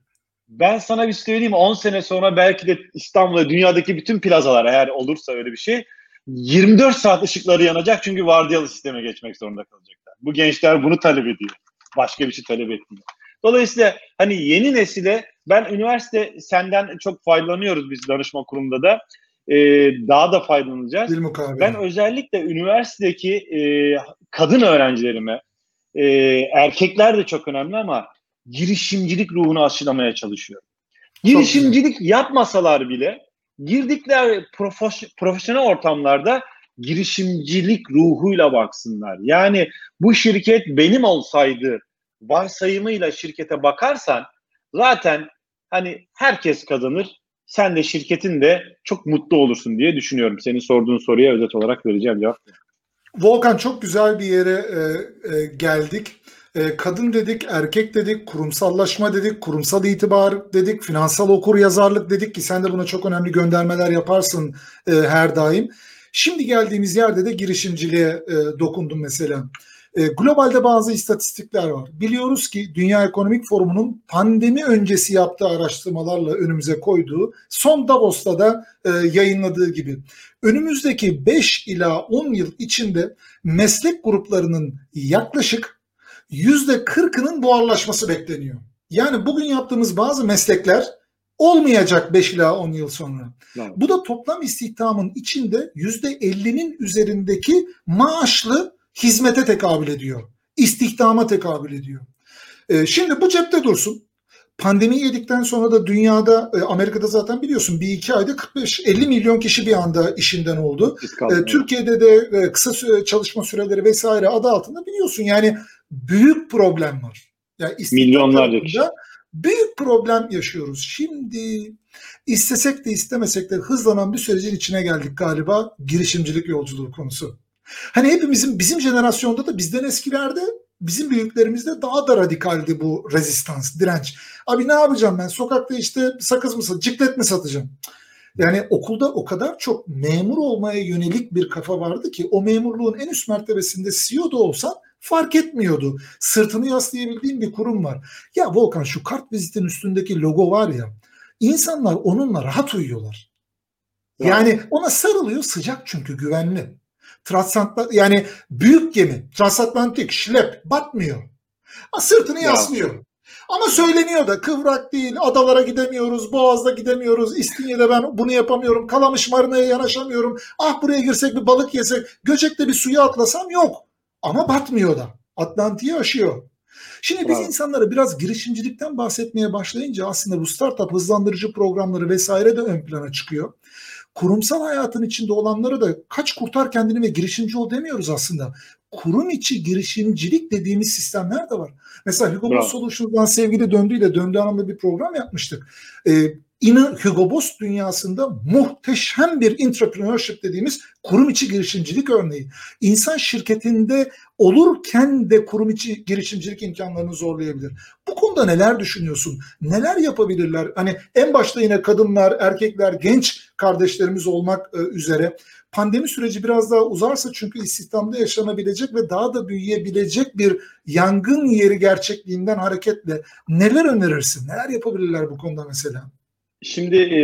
Ben sana bir söyleyeyim, on sene sonra belki de İstanbul'da, dünyadaki bütün plazalar, eğer olursa öyle bir şey, yirmi dört saat ışıkları yanacak çünkü vardiyalı sisteme geçmek zorunda kalacaklar. Bu gençler bunu talep ediyor. Başka bir şey talep etmiyor. Dolayısıyla hani yeni nesile, ben üniversite senden çok faydalanıyoruz biz danışma kurumunda da. Ee, daha da faydalanacağız. Ben özellikle üniversitedeki e, kadın öğrencilerime, e, erkekler de çok önemli ama girişimcilik ruhunu aşılamaya çalışıyorum. Girişimcilik yapmasalar bile girdikleri profes- profesyonel ortamlarda girişimcilik ruhuyla baksınlar. Yani bu şirket benim olsaydı varsayımıyla şirkete bakarsan zaten hani herkes kazanır. Sen de şirketin de çok mutlu olursun diye düşünüyorum. Senin sorduğun soruya özet olarak vereceğim cevap. Volkan, çok güzel bir yere e, e, geldik. E, kadın dedik, erkek dedik, kurumsallaşma dedik, kurumsal itibar dedik, finansal okuryazarlık dedik ki sen de buna çok önemli göndermeler yaparsın e, her daim. Şimdi geldiğimiz yerde de girişimciliğe e, dokundum mesela. E, globalde bazı istatistikler var. Biliyoruz ki Dünya Ekonomik Forumu'nun pandemi öncesi yaptığı araştırmalarla önümüze koyduğu, son Davos'ta da e, yayınladığı gibi, önümüzdeki beş ila on yıl içinde meslek gruplarının yaklaşık yüzde kırkının buharlaşması bekleniyor. Yani bugün yaptığımız bazı meslekler olmayacak beş ila on yıl sonra. Evet. Bu da toplam istihdamın içinde yüzde ellinin üzerindeki maaşlı hizmete tekabül ediyor. İstihdama tekabül ediyor. Ee, şimdi bu cepte dursun. Pandemi yedikten sonra da dünyada, Amerika'da zaten biliyorsun bir iki ayda kırk beş elli milyon kişi bir anda işinden oldu. Ee, Türkiye'de de kısa çalışma süreleri vesaire adı altında biliyorsun yani büyük problem var. Yani milyonlarca kişi. Büyük problem yaşıyoruz. Şimdi istesek de istemesek de hızlanan bir sürecin içine geldik galiba, girişimcilik yolculuğu konusu. Hani hepimizin, bizim jenerasyonda da bizden eskilerde, bizim büyüklerimizde daha da radikaldi bu rezistans, direnç. Abi ne yapacağım ben? Sokakta işte sakız mı satacağım, ciklet mi satacağım? Yani okulda o kadar çok memur olmaya yönelik bir kafa vardı ki o memurluğun en üst mertebesinde C E O da olsan fark etmiyordu. Sırtını yaslayabildiğin bir kurum var. Ya Volkan, şu kart vizitin üstündeki logo var ya, insanlar onunla rahat uyuyorlar. Yani ona sarılıyor, sıcak çünkü güvenli. Transatlantik, yani büyük gemi, transatlantik, şlep, batmıyor. Ha, sırtını ya. yaslıyor. Ama söyleniyor da, kıvrak değil, adalara gidemiyoruz, Boğaz'da gidemiyoruz, İstinye'de ben bunu yapamıyorum, Kalamış Marina'ya yanaşamıyorum, ah buraya girsek bir balık yesek, Göcek'te bir suya atlasam yok. Ama batmıyor da, Atlantik'i aşıyor. Şimdi biz insanlara biraz girişimcilikten bahsetmeye başlayınca aslında bu startup hızlandırıcı programları vesaire de ön plana çıkıyor. Kurumsal hayatın içinde olanlara da kaç kurtar kendini ve girişimci ol demiyoruz aslında. Kurum içi girişimcilik dediğimiz sistemler de var. Mesela Hugo Boss Solutions'dan sevgili Döndü ile Döndü Hanım'la bir program yapmıştık. Ee, İnı Hugo Boss dünyasında muhteşem bir entrepreneurship dediğimiz kurum içi girişimcilik örneği. İnsan şirketinde olurken de kurum içi girişimcilik imkanlarını zorlayabilir. Bu konuda neler düşünüyorsun? Neler yapabilirler? Hani en başta yine kadınlar, erkekler, genç kardeşlerimiz olmak üzere pandemi süreci biraz daha uzarsa çünkü istihdamda yaşanabilecek ve daha da büyüyebilecek bir yangın yeri gerçekliğinden hareketle neler önerirsin? Neler yapabilirler bu konuda mesela? Şimdi e,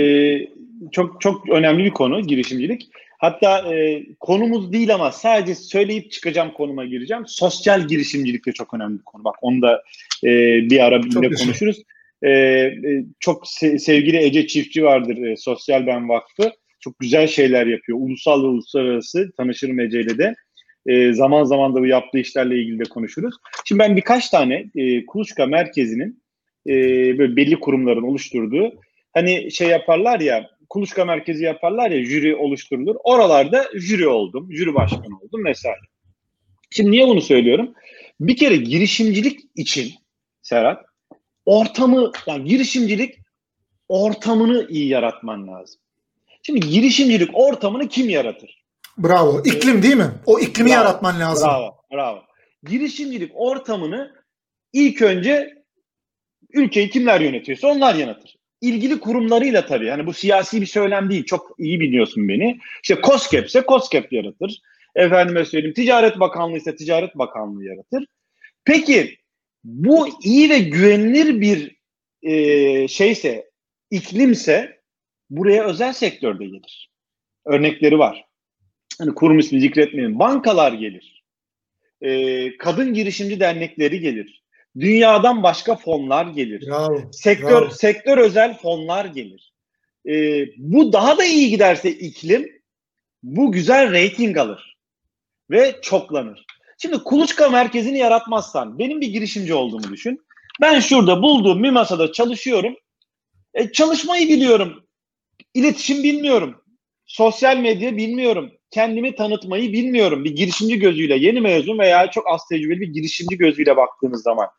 çok çok önemli bir konu girişimcilik. Hatta e, konumuz değil ama sadece söyleyip çıkacağım, konuma gireceğim. Sosyal girişimcilik de çok önemli bir konu. Bak onu da e, bir ara birlikte konuşuruz. E, e, çok se- sevgili Ece Çiftçi vardır, e, Sosyal Ben Vakfı. Çok güzel şeyler yapıyor. Ulusal ve uluslararası, tanışırım Ece'yle de. E, zaman zaman da bu yaptığı işlerle ilgili de konuşuruz. Şimdi ben birkaç tane e, Kuluçka Merkezi'nin e, böyle belli kurumların oluşturduğu, hani şey yaparlar ya, Kuluçka Merkezi yaparlar ya, jüri oluşturulur. Oralarda jüri oldum, jüri başkanı oldum vesaire. Şimdi niye bunu söylüyorum? Bir kere girişimcilik için Serhat, ortamı, yani girişimcilik ortamını iyi yaratman lazım. Şimdi girişimcilik ortamını kim yaratır? Bravo. İklim değil mi? O iklimi bravo, yaratman lazım. Bravo, bravo. Girişimcilik ortamını ilk önce ülkeyi kimler yönetiyorsa onlar yaratır. İlgili kurumlarıyla tabii. Hani bu siyasi bir söylem değil. Çok iyi biliyorsun beni. İşte KOSGEB ise KOSGEB yaratır. Efendime söyleyeyim, Ticaret Bakanlığı ise Ticaret Bakanlığı yaratır. Peki bu iyi ve güvenilir bir e, şeyse, iklimse buraya özel sektör de gelir. Örnekleri var. Hani kurum ismi zikretmeyin. Bankalar gelir. E, kadın girişimci dernekleri gelir. Dünyadan başka fonlar gelir. Bravo, Sektör bravo. sektör özel fonlar gelir. E, bu daha da iyi giderse iklim, bu güzel reyting alır ve çoklanır. Şimdi kuluçka merkezini yaratmazsan, benim bir girişimci olduğumu düşün. Ben şurada bulduğum bir masada çalışıyorum. E, çalışmayı biliyorum. İletişim bilmiyorum. Sosyal medya bilmiyorum. Kendimi tanıtmayı bilmiyorum. Bir girişimci gözüyle, yeni mezun veya çok az tecrübeli bir girişimci gözüyle baktığınız zaman.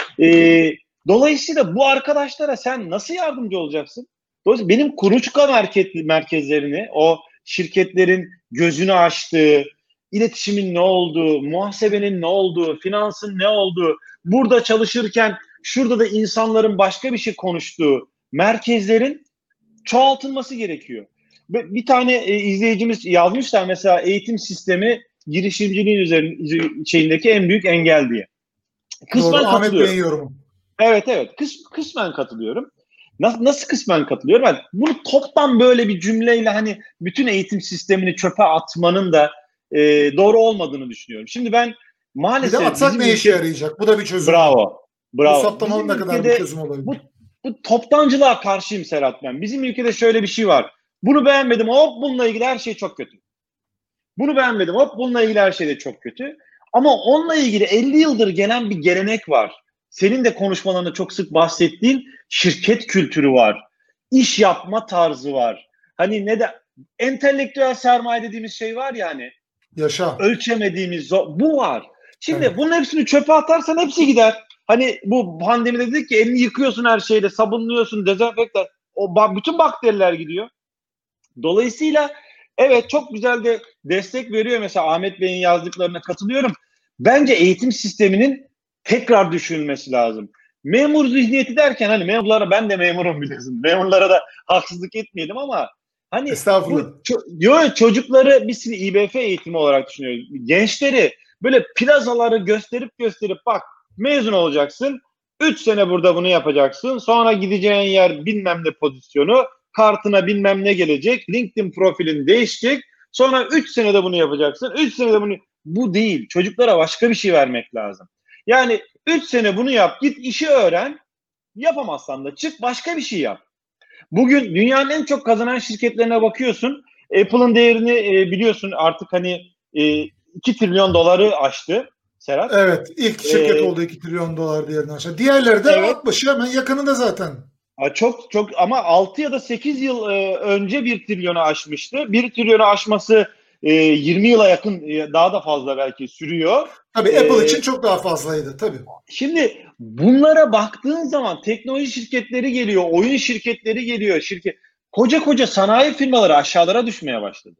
E, dolayısıyla bu arkadaşlara sen nasıl yardımcı olacaksın? Dolayısıyla benim kuluçka merkez, merkezlerini, o şirketlerin gözünü açtığı, iletişimin ne olduğu, muhasebenin ne olduğu, finansın ne olduğu, burada çalışırken şurada da insanların başka bir şey konuştuğu merkezlerin çoğaltılması gerekiyor. Bir tane e, izleyicimiz yazmışlar mesela, eğitim sistemi girişimciliğin üzerinde şeyindeki en büyük engel diye. Doğru, Kısmen Ahmet katılıyorum. Bey'in yorumu. Evet evet, Kıs, kısmen katılıyorum. Nasıl, nasıl kısmen katılıyorum? Ben bunu toptan böyle bir cümleyle hani bütün eğitim sistemini çöpe atmanın da e, doğru olmadığını düşünüyorum. Şimdi ben Bir de maalesef atsak bizim ne işe ülke... yarayacak? Bu da bir çözüm mü? Bravo, Bu bravo. saptamanın Bizim ne kadar bir ülkede çözüm bu, olabilir? bu toptancılığa karşıyım Serhat ben. Bizim ülkede şöyle bir şey var. Bunu beğenmedim, hop bununla ilgili her şey çok kötü. Bunu beğenmedim, hop bununla ilgili her şey de çok kötü. Ama onunla ilgili elli yıldır gelen bir gelenek var. Senin de konuşmalarında çok sık bahsettiğin şirket kültürü var. İş yapma tarzı var. Hani ne de entelektüel sermaye dediğimiz şey var ya, hani Yaşa. ölçemediğimiz bu var. Şimdi Evet. bunun hepsini çöpe atarsan hepsi gider. Hani bu pandemide dedik ki elini yıkıyorsun her şeyle, sabunluyorsun, dezenfektan. O bütün bakteriler gidiyor. Dolayısıyla evet, çok güzel de destek veriyor. Mesela Ahmet Bey'in yazdıklarına katılıyorum. Bence eğitim sisteminin tekrar düşünülmesi lazım. Memur zihniyeti derken, hani memurlara, ben de memurum biliyorsun. Memurlara da haksızlık etmeyelim ama hani bu Estağfurullah. ço- çocukları biz İ B F eğitimi olarak düşünüyoruz. Gençleri böyle plazaları gösterip gösterip bak, mezun olacaksın. üç sene burada bunu yapacaksın. Sonra gideceğin yer bilmem ne pozisyonu. Kartına bilmem ne gelecek. LinkedIn profilin değişecek. Sonra üç senede bunu yapacaksın. üç senede bunu... Bu değil. Çocuklara başka bir şey vermek lazım. Yani üç sene bunu yap. Git işi öğren. Yapamazsan da çık başka bir şey yap. Bugün dünyanın en çok kazanan şirketlerine bakıyorsun. Apple'ın değerini e, biliyorsun artık, hani e, iki trilyon doları aştı Serhat. Evet. ilk şirket E, oldu iki trilyon dolar değerine aşağı. Diğerleri de evet. alt başı hemen yakınında zaten. Çok çok ama altı ya da sekiz yıl e, önce bir trilyonu aşmıştı. bir trilyonu aşması e, yirmi yıla yakın, e, daha da fazla belki sürüyor. Tabii Apple E, için çok daha fazlaydı tabii. Şimdi bunlara baktığın zaman teknoloji şirketleri geliyor, oyun şirketleri geliyor. Şirket koca koca sanayi firmaları aşağılara düşmeye başladı.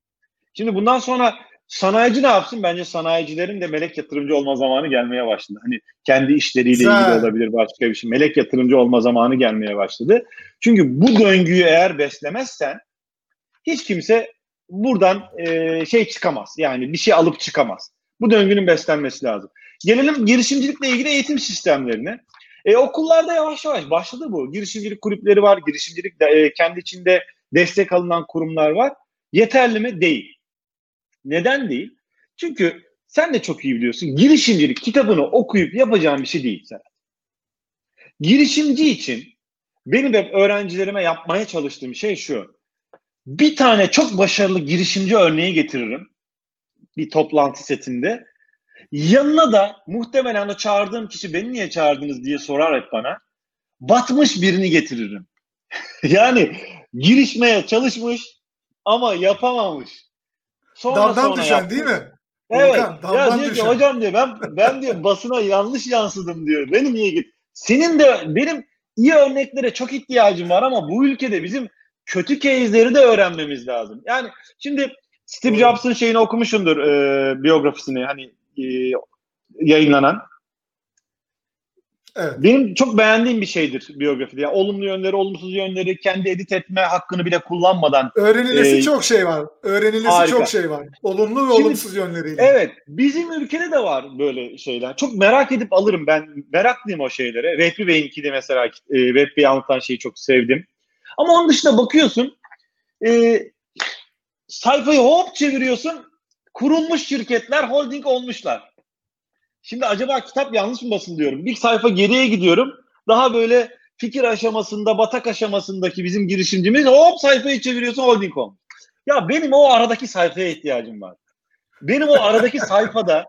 Şimdi bundan sonra sanayici ne yapsın? Bence sanayicilerin de melek yatırımcı olma zamanı gelmeye başladı. Hani kendi işleriyle ilgili Güzel. olabilir, başka bir şey. Melek yatırımcı olma zamanı gelmeye başladı. Çünkü bu döngüyü eğer beslemezsen hiç kimse buradan e, şey çıkamaz. Yani bir şey alıp çıkamaz. Bu döngünün beslenmesi lazım. Gelelim girişimcilikle ilgili eğitim sistemlerine. E, okullarda yavaş yavaş başladı bu. Girişimcilik kulüpleri var. Girişimcilik de, e, kendi içinde destek alınan kurumlar var. Yeterli mi? Değil. Neden değil? Çünkü sen de çok iyi biliyorsun. Girişimcilik kitabını okuyup yapacağın bir şey değil sen. Girişimci için benim hep öğrencilerime yapmaya çalıştığım şey şu. Bir tane çok başarılı girişimci örneği getiririm bir toplantı setinde. Yanına da muhtemelen o çağırdığım kişi beni niye çağırdınız diye sorar hep bana. Batmış birini getiririm. Yani girişmeye çalışmış ama yapamamış. Sonra Damdan sonra düşen değil yapmış. mi? Evet. Volkan, Ya damdan diyor ki düşen. hocam diyor, ben ben diyor basına yanlış yansıdım diyor. Beni niye git? Senin de benim iyi örneklere çok ihtiyacım var ama bu ülkede bizim kötü case'leri de öğrenmemiz lazım. Yani şimdi Steve Doğru. Jobs'ın şeyini okumuşsundur, e, biyografisini, hani e, yayınlanan. Evet. Benim çok beğendiğim bir şeydir biyografide. Yani olumlu yönleri, olumsuz yönleri, kendi edit etme hakkını bile kullanmadan. Öğrenilesi e, çok şey var. Öğrenilesi Harika. çok şey var. Olumlu ve Şimdi, olumsuz yönleriyle. Evet, bizim ülkede de var böyle şeyler. Çok merak edip alırım ben. Meraklıyım o şeylere. Vehbi Bey'inki de mesela, e, Vehbi Bey'i anlatan şeyi çok sevdim. Ama onun dışında bakıyorsun, e, sayfayı hop çeviriyorsun, kurulmuş şirketler holding olmuşlar. Şimdi acaba kitap yanlış mı basılıyorum? Bir sayfa geriye gidiyorum. Daha böyle fikir aşamasında, batak aşamasındaki bizim girişimcimiz hop sayfayı çeviriyorsun, holding olmuş. Ya benim o aradaki sayfaya ihtiyacım var. Benim o aradaki sayfada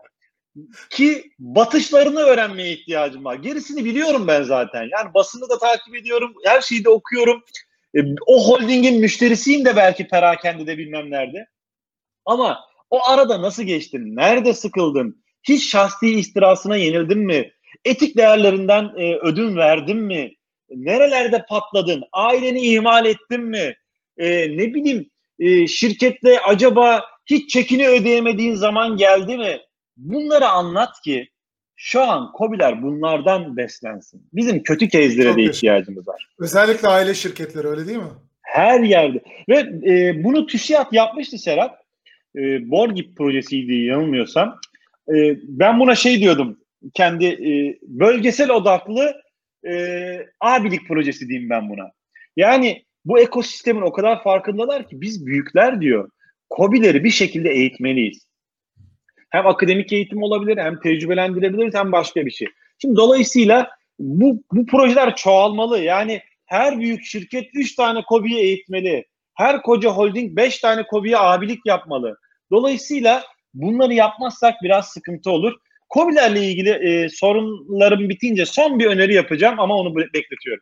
ki batışlarını öğrenmeye ihtiyacım var. Gerisini biliyorum ben zaten. Yani basını da takip ediyorum. Her şeyi de okuyorum. E, o holdingin müşterisiyim de belki perakende bilmem nerede. Ama o arada nasıl geçtin? Nerede sıkıldın? Hiç şahsi istirasına yenildin mi? Etik değerlerinden e, ödün verdin mi? Nerelerde patladın? Aileni ihmal ettin mi? E, ne bileyim e, şirkette acaba hiç çekini ödeyemediğin zaman geldi mi? Bunları anlat ki şu an KOBİ'ler bunlardan beslensin. Bizim kötü case'lere de ihtiyacımız var. Özellikle aile şirketleri, öyle değil mi? Her yerde. Ve e, bunu TÜSİAD yapmıştı Serhat. E, Borgip projesiydi yanılmıyorsam. E, ben buna şey diyordum. Kendi e, bölgesel odaklı e, abilik projesi diyeyim ben buna. Yani bu ekosistemin o kadar farkındalar ki biz büyükler diyor. KOBİ'leri bir şekilde eğitmeliyiz. Hem akademik eğitim olabilir, hem tecrübelendirebiliriz, hem başka bir şey. Şimdi dolayısıyla bu, bu projeler çoğalmalı. Yani her büyük şirket üç tane KOBİ'ye eğitmeli. Her koca holding beş tane KOBİ'ye abilik yapmalı. Dolayısıyla bunları yapmazsak biraz sıkıntı olur. KOBİ'lerle ilgili e, sorunlarım bitince son bir öneri yapacağım ama onu bekletiyorum.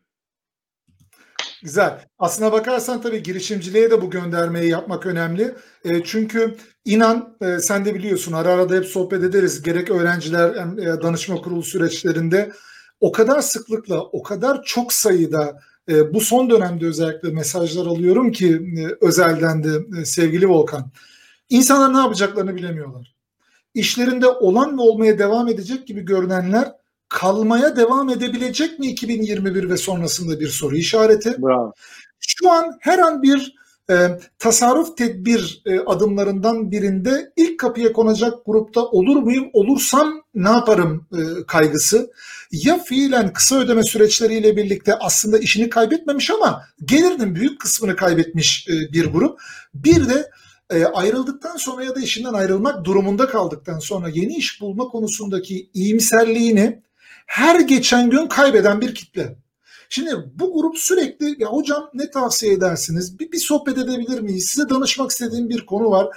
Güzel. Aslına bakarsan tabii girişimciliğe de bu göndermeyi yapmak önemli. E, çünkü inan e, sen de biliyorsun, ara ara da hep sohbet ederiz. Gerek öğrenciler hem e, danışma kurulu süreçlerinde o kadar sıklıkla, o kadar çok sayıda e, bu son dönemde özellikle mesajlar alıyorum ki e, özelden de e, sevgili Volkan. İnsanlar ne yapacaklarını bilemiyorlar. İşlerinde olan ve olmaya devam edecek gibi görünenler kalmaya devam edebilecek mi iki bin yirmi bir ve sonrasında bir soru işareti. Bravo. Şu an her an bir e, tasarruf tedbir e, adımlarından birinde ilk kapıya konacak grupta olur muyum, olursam ne yaparım e, kaygısı. Ya fiilen kısa ödeme süreçleriyle birlikte aslında işini kaybetmemiş ama gelirinin büyük kısmını kaybetmiş e, bir grup. Bir de E, ayrıldıktan sonra ya da işinden ayrılmak durumunda kaldıktan sonra yeni iş bulma konusundaki iyimserliğini her geçen gün kaybeden bir kitle. Şimdi bu grup sürekli ya hocam ne tavsiye edersiniz? Bir, bir sohbet edebilir miyiz? Size danışmak istediğim bir konu var.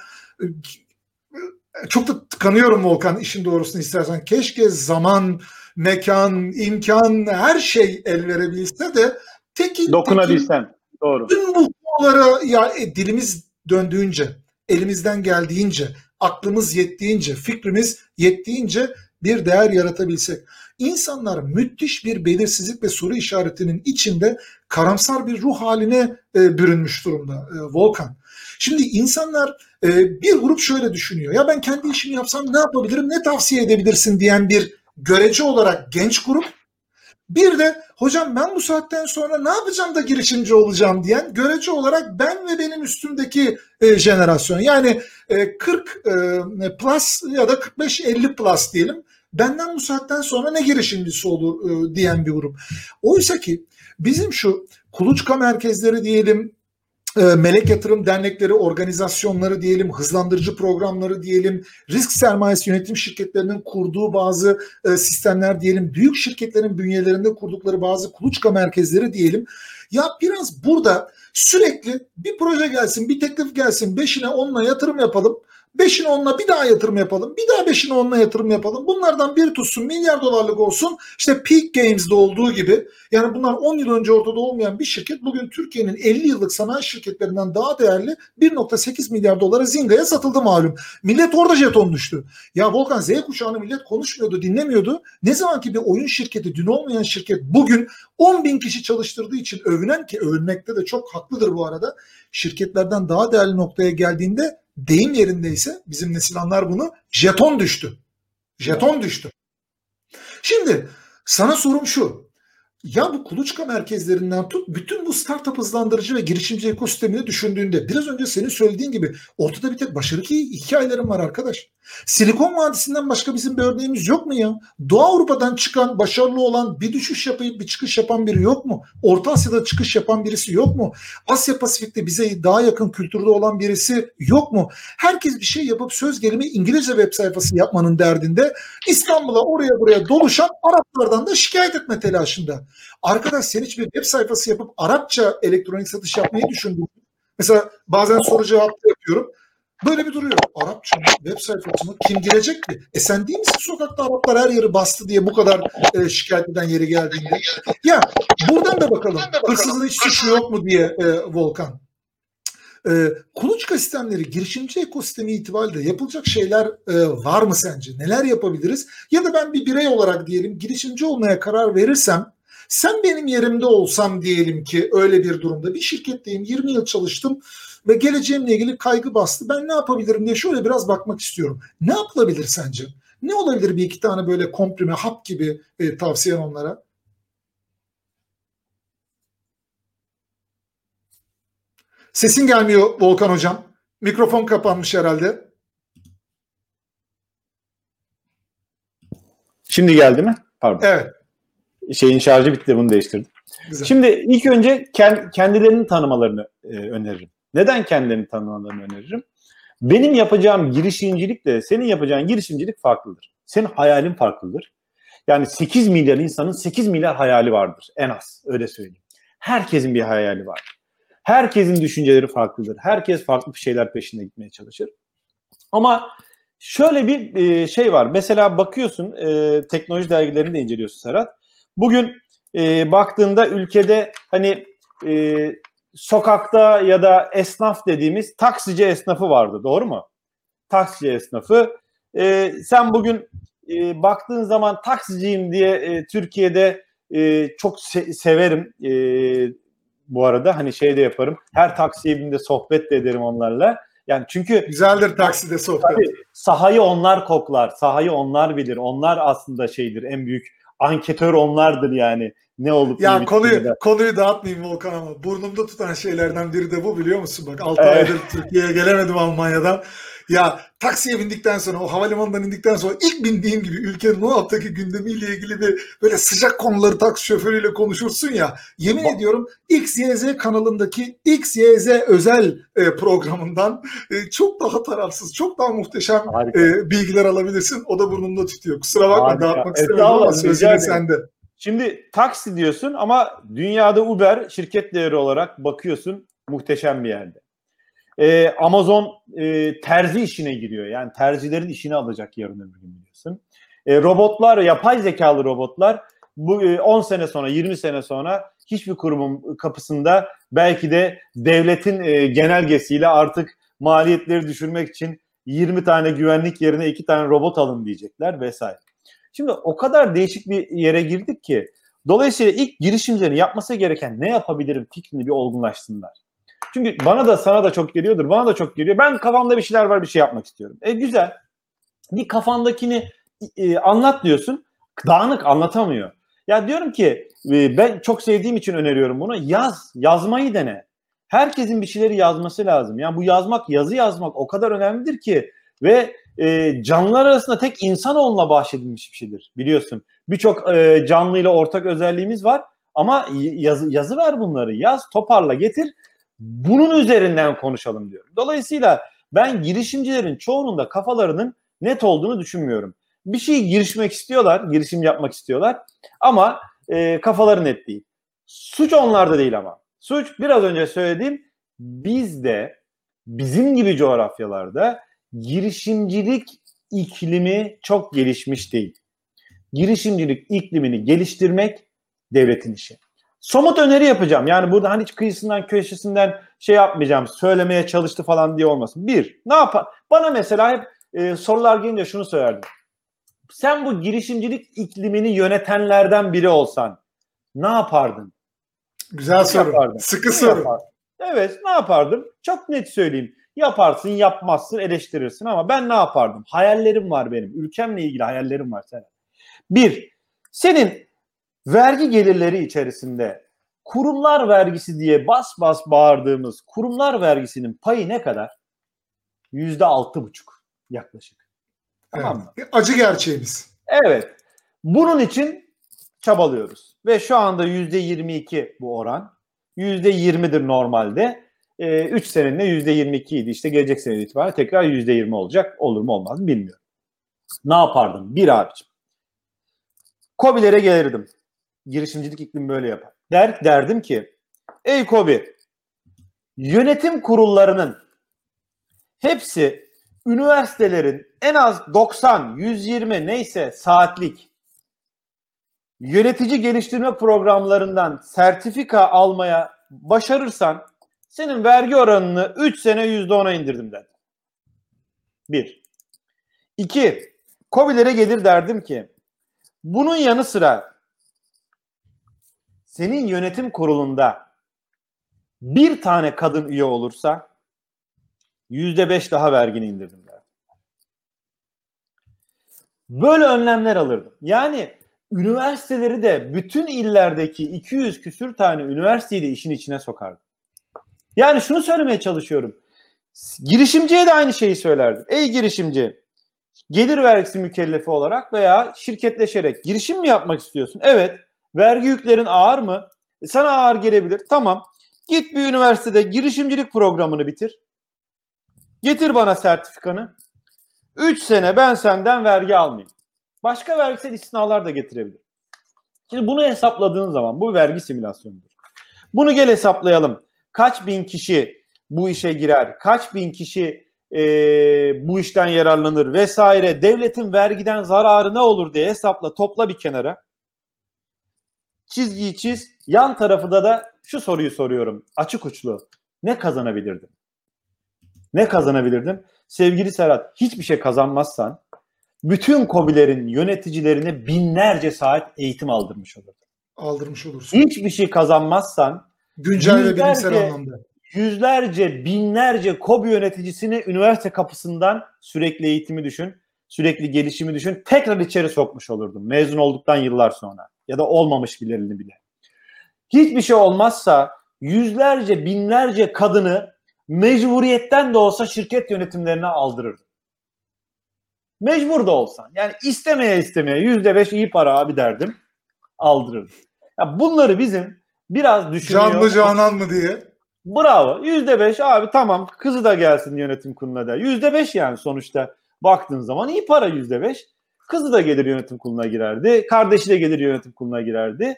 Çok da tıkanıyorum Volkan, işin doğrusunu istersen. Keşke zaman, mekan, imkan, her şey el verebilse de tekil dokunabilsen. Tekil, doğru. Tüm bu konulara ya e, dilimiz döndüğünce, elimizden geldiğince, aklımız yettiğince, fikrimiz yettiğince bir değer yaratabilsek. İnsanlar müthiş bir belirsizlik ve soru işaretinin içinde karamsar bir ruh haline e, bürünmüş durumda e, Volkan. Şimdi insanlar e, bir grup şöyle düşünüyor. Ya ben kendi işimi yapsam ne yapabilirim, ne tavsiye edebilirsin diyen bir görece olarak genç grup. Bir de hocam ben bu saatten sonra ne yapacağım da girişimci olacağım diyen görece olarak ben ve benim üstümdeki e, jenerasyon. Yani e, kırk e, plus ya da kırk beş elli plus diyelim. Benden bu saatten sonra ne girişimcisi olur e, diyen bir grup. Oysa ki bizim şu kuluçka merkezleri diyelim, melek yatırım dernekleri, organizasyonları diyelim, hızlandırıcı programları diyelim, risk sermayesi yönetim şirketlerinin kurduğu bazı sistemler diyelim, büyük şirketlerin bünyelerinde kurdukları bazı kuluçka merkezleri diyelim. Ya biraz burada sürekli bir proje gelsin, bir teklif gelsin, beşine onla yatırım yapalım. Beşine onunla bir daha yatırım yapalım. Bir daha beşine onunla yatırım yapalım. Bunlardan biri tutsun, milyar dolarlık olsun. İşte Peak Games'de olduğu gibi. Yani bunlar on yıl önce ortada olmayan bir şirket bugün Türkiye'nin elli yıllık sanayi şirketlerinden daha değerli bir nokta sekiz milyar dolara Zynga'ya satıldı malum. Millet orada jeton düştü. Ya Volkan, Z kuşağını millet konuşmuyordu, dinlemiyordu. Ne zaman ki bir oyun şirketi, dün olmayan şirket bugün on bin kişi çalıştırdığı için övünen, ki övünmekte de çok haklıdır bu arada, şirketlerden daha değerli noktaya geldiğinde deyim yerindeyse bizim nesil anlar bunu, jeton düştü. Jeton düştü. Şimdi Sana sorum şu. Ya bu kuluçka merkezlerinden tut, bütün bu startup hızlandırıcı ve girişimci ekosistemini düşündüğünde biraz önce senin söylediğin gibi ortada bir tek başarı hikayelerim var arkadaş. Silikon Vadisi'nden başka bizim bir örneğimiz yok mu ya? Doğu Avrupa'dan çıkan, başarılı olan, bir düşüş yapıp bir çıkış yapan biri yok mu? Orta Asya'da çıkış yapan birisi yok mu? Asya Pasifik'te bize daha yakın kültürde olan birisi yok mu? Herkes bir şey yapıp söz gelimi İngilizce web sayfası yapmanın derdinde, İstanbul'a oraya buraya doluşan Araplardan da şikayet etme telaşında. Arkadaş sen hiç bir web sayfası yapıp Arapça elektronik satış yapmayı düşündün. Mesela bazen soru cevap yapıyorum. Böyle bir duruyor. Arapça mı? Web sayfası mı? Kim girecek ki? E sen değil misin sokakta Araplar her yeri bastı diye bu kadar e, şikayet eden yeri geldiğinde? Ya buradan da bakalım. Hırsızın hiç suçu yok mu diye e, Volkan. E, kuluçka sistemleri, girişimci ekosistemi itibariyle yapılacak şeyler e, var mı sence? Neler yapabiliriz? Ya da ben bir birey olarak diyelim girişimci olmaya karar verirsem, sen benim yerimde olsam diyelim ki öyle bir durumda bir şirketteyim, yirmi yıl çalıştım ve geleceğimle ilgili kaygı bastı. Ben ne yapabilirim diye şöyle biraz bakmak istiyorum. Ne yapılabilir sence? Ne olabilir bir iki tane böyle komprime, hap gibi e, tavsiyen onlara? Sesin gelmiyor Volkan Hocam. Mikrofon kapanmış herhalde. Şimdi geldi mi? Pardon. Evet. Şeyin şarjı bitti, bunu değiştirdim. Güzel. Şimdi ilk önce kendilerini tanımalarını e, öneririm. Neden kendilerini tanımalarını öneririm? Benim yapacağım girişimcilikle senin yapacağın girişimcilik farklıdır. Senin hayalin farklıdır. Yani sekiz milyar insanın sekiz milyar hayali vardır en az, öyle söyleyeyim. Herkesin bir hayali var. Herkesin düşünceleri farklıdır. Herkes farklı bir şeyler peşinde gitmeye çalışır. Ama şöyle bir e, şey var. Mesela bakıyorsun e, teknoloji dergilerini de inceliyorsun Serhat. Bugün e, baktığında ülkede hani e, sokakta ya da esnaf dediğimiz taksici esnafı vardı. Doğru mu? Taksici esnafı. E, sen bugün e, baktığın zaman taksiciyim diye e, Türkiye'de e, çok se- severim. E, bu arada hani şey de yaparım. Her taksiye bindiğimde sohbet de ederim onlarla. Yani çünkü güzeldir takside sohbet. Tabii, sahayı onlar koklar, sahayı onlar bilir. Onlar aslında şeydir, en büyük anketör onlardır yani. Ne olup ya ne konuyu de. konuyu dağıtmayayım Volkan ama burnumda tutan şeylerden biri de bu, biliyor musun? Bak altı Evet. aydır Türkiye'ye gelemedim Almanya'dan. Ya taksiye bindikten sonra, o havalimanından indikten sonra ilk bindiğim gibi ülkenin o haftaki gündemiyle ilgili bir böyle sıcak konuları taksi şoförüyle konuşursun ya. Yemin Bak. ediyorum X Y Z kanalındaki X Y Z özel e, programından e, çok daha tarafsız, çok daha muhteşem e, bilgiler alabilirsin. O da burnumda tutuyor. Kusura bakma, Harika. dağıtmak istemedim ama sözünü sende. Şimdi taksi diyorsun ama dünyada Uber şirket değeri olarak bakıyorsun muhteşem bir yerde. Ee, Amazon e, terzi işine giriyor. Yani terzilerin işini alacak yarın öbür gün biliyorsun. E, robotlar, yapay zekalı robotlar bu e, on sene sonra, yirmi sene sonra hiçbir kurumun kapısında belki de devletin e, genelgesiyle artık maliyetleri düşürmek için yirmi tane güvenlik yerine iki tane robot alın diyecekler vesaire. Şimdi o kadar değişik bir yere girdik ki dolayısıyla ilk girişimcilerin yapması gereken ne yapabilirim fikrini bir olgunlaşsınlar. Çünkü bana da sana da çok geliyordur, bana da çok geliyor. Ben kafamda bir şeyler var, bir şey yapmak istiyorum. E güzel. Bir kafandakini e, anlat diyorsun. Dağınık anlatamıyor. Ya diyorum ki e, ben çok sevdiğim için öneriyorum bunu. Yaz, yazmayı dene. Herkesin bir şeyleri yazması lazım. Yani bu yazmak, yazı yazmak o kadar önemlidir ki ve e, canlılar arasında tek insanoğluna bahşedilmiş bir şeydir. Biliyorsun. Birçok e, canlıyla ortak özelliğimiz var ama yazı, yazı ver bunları. Yaz, toparla, getir. Bunun üzerinden konuşalım diyorum. Dolayısıyla ben girişimcilerin çoğunun da kafalarının net olduğunu düşünmüyorum. Bir şey girişmek istiyorlar, girişim yapmak istiyorlar ama e, kafaları net değil. Suç onlarda değil ama. Suç biraz önce söylediğim bizde, bizim gibi coğrafyalarda girişimcilik iklimi çok gelişmiş değil. Girişimcilik iklimini geliştirmek devletin işi. Somut öneri yapacağım. Yani burada hani hiç kıyısından köşesinden şey yapmayacağım. Söylemeye çalıştı falan diye olmasın. Bir, ne yapar? Bana mesela hep e, sorular gelince şunu söylerdim. Sen bu girişimcilik iklimini yönetenlerden biri olsan ne yapardın? Güzel ne soru. Yapardın? Sıkı ne soru. Yapardın? Evet, ne yapardım? Çok net söyleyeyim. Yaparsın, yapmazsın, eleştirirsin ama ben ne yapardım? Hayallerim var benim. Ülkemle ilgili hayallerim var senin. Bir, senin vergi gelirleri içerisinde kurumlar vergisi diye bas bas bağırdığımız kurumlar vergisinin payı ne kadar? Yüzde altı buçuk yaklaşık. Tamam mı? Evet. Acı gerçeğimiz. Evet. Bunun için çabalıyoruz. Ve şu anda yüzde yirmi iki bu oran. Yüzde yirmidir normalde. üç ee, senenin yüzde yirmi iki idi. İşte gelecek sene itibariyle tekrar yüzde yirmi olacak. Olur mu olmaz mı bilmiyorum. Ne yapardım? Bir abicim. KOBİ'lere gelirdim. Girişimcilik iklimi böyle yapar. Der, derdim ki ey KOBİ, yönetim kurullarının hepsi üniversitelerin en az doksan, yüz yirmi neyse saatlik yönetici geliştirme programlarından sertifika almaya başarırsan senin vergi oranını üç sene yüzde ona indirdim derdim. Bir. İki. KOBİ'lere gelir derdim ki bunun yanı sıra senin yönetim kurulunda bir tane kadın üye olursa yüzde beş daha vergini indirdim derdim. Böyle önlemler alırdım. Yani üniversiteleri de bütün illerdeki iki yüz küsür tane üniversiteyi de işin içine sokardım. Yani şunu söylemeye çalışıyorum. Girişimciye de aynı şeyi söylerdim. Ey girişimci, gelir vergisi mükellefi olarak veya şirketleşerek girişim mi yapmak istiyorsun? Evet. Vergi yüklerin ağır mı? E sana ağır gelebilir. Tamam. Git bir üniversitede girişimcilik programını bitir. Getir bana sertifikanı. üç sene ben senden vergi almayayım. Başka vergisel istisnalar da getirebilir. Şimdi bunu hesapladığın zaman bu vergi simülasyonudur. Bunu gel hesaplayalım. Kaç bin kişi bu işe girer? Kaç bin kişi e, bu işten yararlanır vesaire? Devletin vergiden zararı ne olur diye hesapla, topla bir kenara. Çizgiyi çiz. Yan tarafında da şu soruyu soruyorum. Açık uçlu. Ne kazanabilirdim? Ne kazanabilirdim? Sevgili Serhat, hiçbir şey kazanmazsan bütün KOBİ'lerin yöneticilerine binlerce saat eğitim aldırmış olurdun. Aldırmış olursun. Hiçbir şey kazanmazsan güncel ve bilimsel anlamda yüzlerce, binlerce KOBİ yöneticisini üniversite kapısından sürekli eğitimi düşün, sürekli gelişimi düşün, tekrar içeri sokmuş olurdum mezun olduktan yıllar sonra ya da olmamış birilerini bile. Hiçbir şey olmazsa yüzlerce, binlerce kadını mecburiyetten de olsa şirket yönetimlerine aldırırdım. Mecbur da olsan. Yani istemeye istemeye yüzde beş iyi para abi derdim. Aldırırdım. Ya bunları bizim biraz düşünüyor. Canlı canan mı diye. Bravo. yüzde beş abi tamam kızı da gelsin yönetim kuruluna der. yüzde beş yani sonuçta baktığın zaman iyi para yüzde beş. Kızı da gelir yönetim kuruluna girerdi. Kardeşi de gelir yönetim kuruluna girerdi.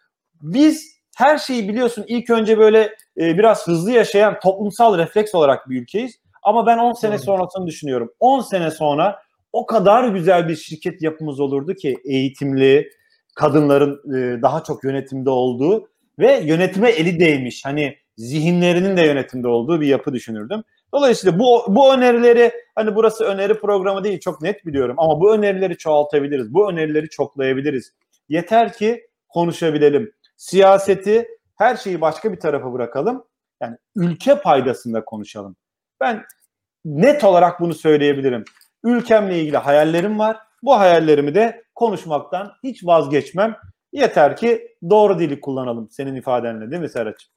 Biz her şeyi biliyorsun ilk önce böyle e, biraz hızlı yaşayan toplumsal refleks olarak bir ülkeyiz. Ama ben on sene sonrasını düşünüyorum. on sene sonra o kadar güzel bir şirket yapımız olurdu ki eğitimli, kadınların e, daha çok yönetimde olduğu ve yönetime eli değmiş. Hani zihinlerinin de yönetimde olduğu bir yapı düşünürdüm. Dolayısıyla bu bu önerileri hani burası öneri programı değil çok net biliyorum ama bu önerileri çoğaltabiliriz. Bu önerileri çoklayabiliriz. Yeter ki konuşabilelim. Siyaseti her şeyi başka bir tarafa bırakalım. Yani ülke paydasında konuşalım. Ben net olarak bunu söyleyebilirim. Ülkemle ilgili hayallerim var. Bu hayallerimi de konuşmaktan hiç vazgeçmem. Yeter ki doğru dili kullanalım senin ifadenle değil mi Serhat'cığım?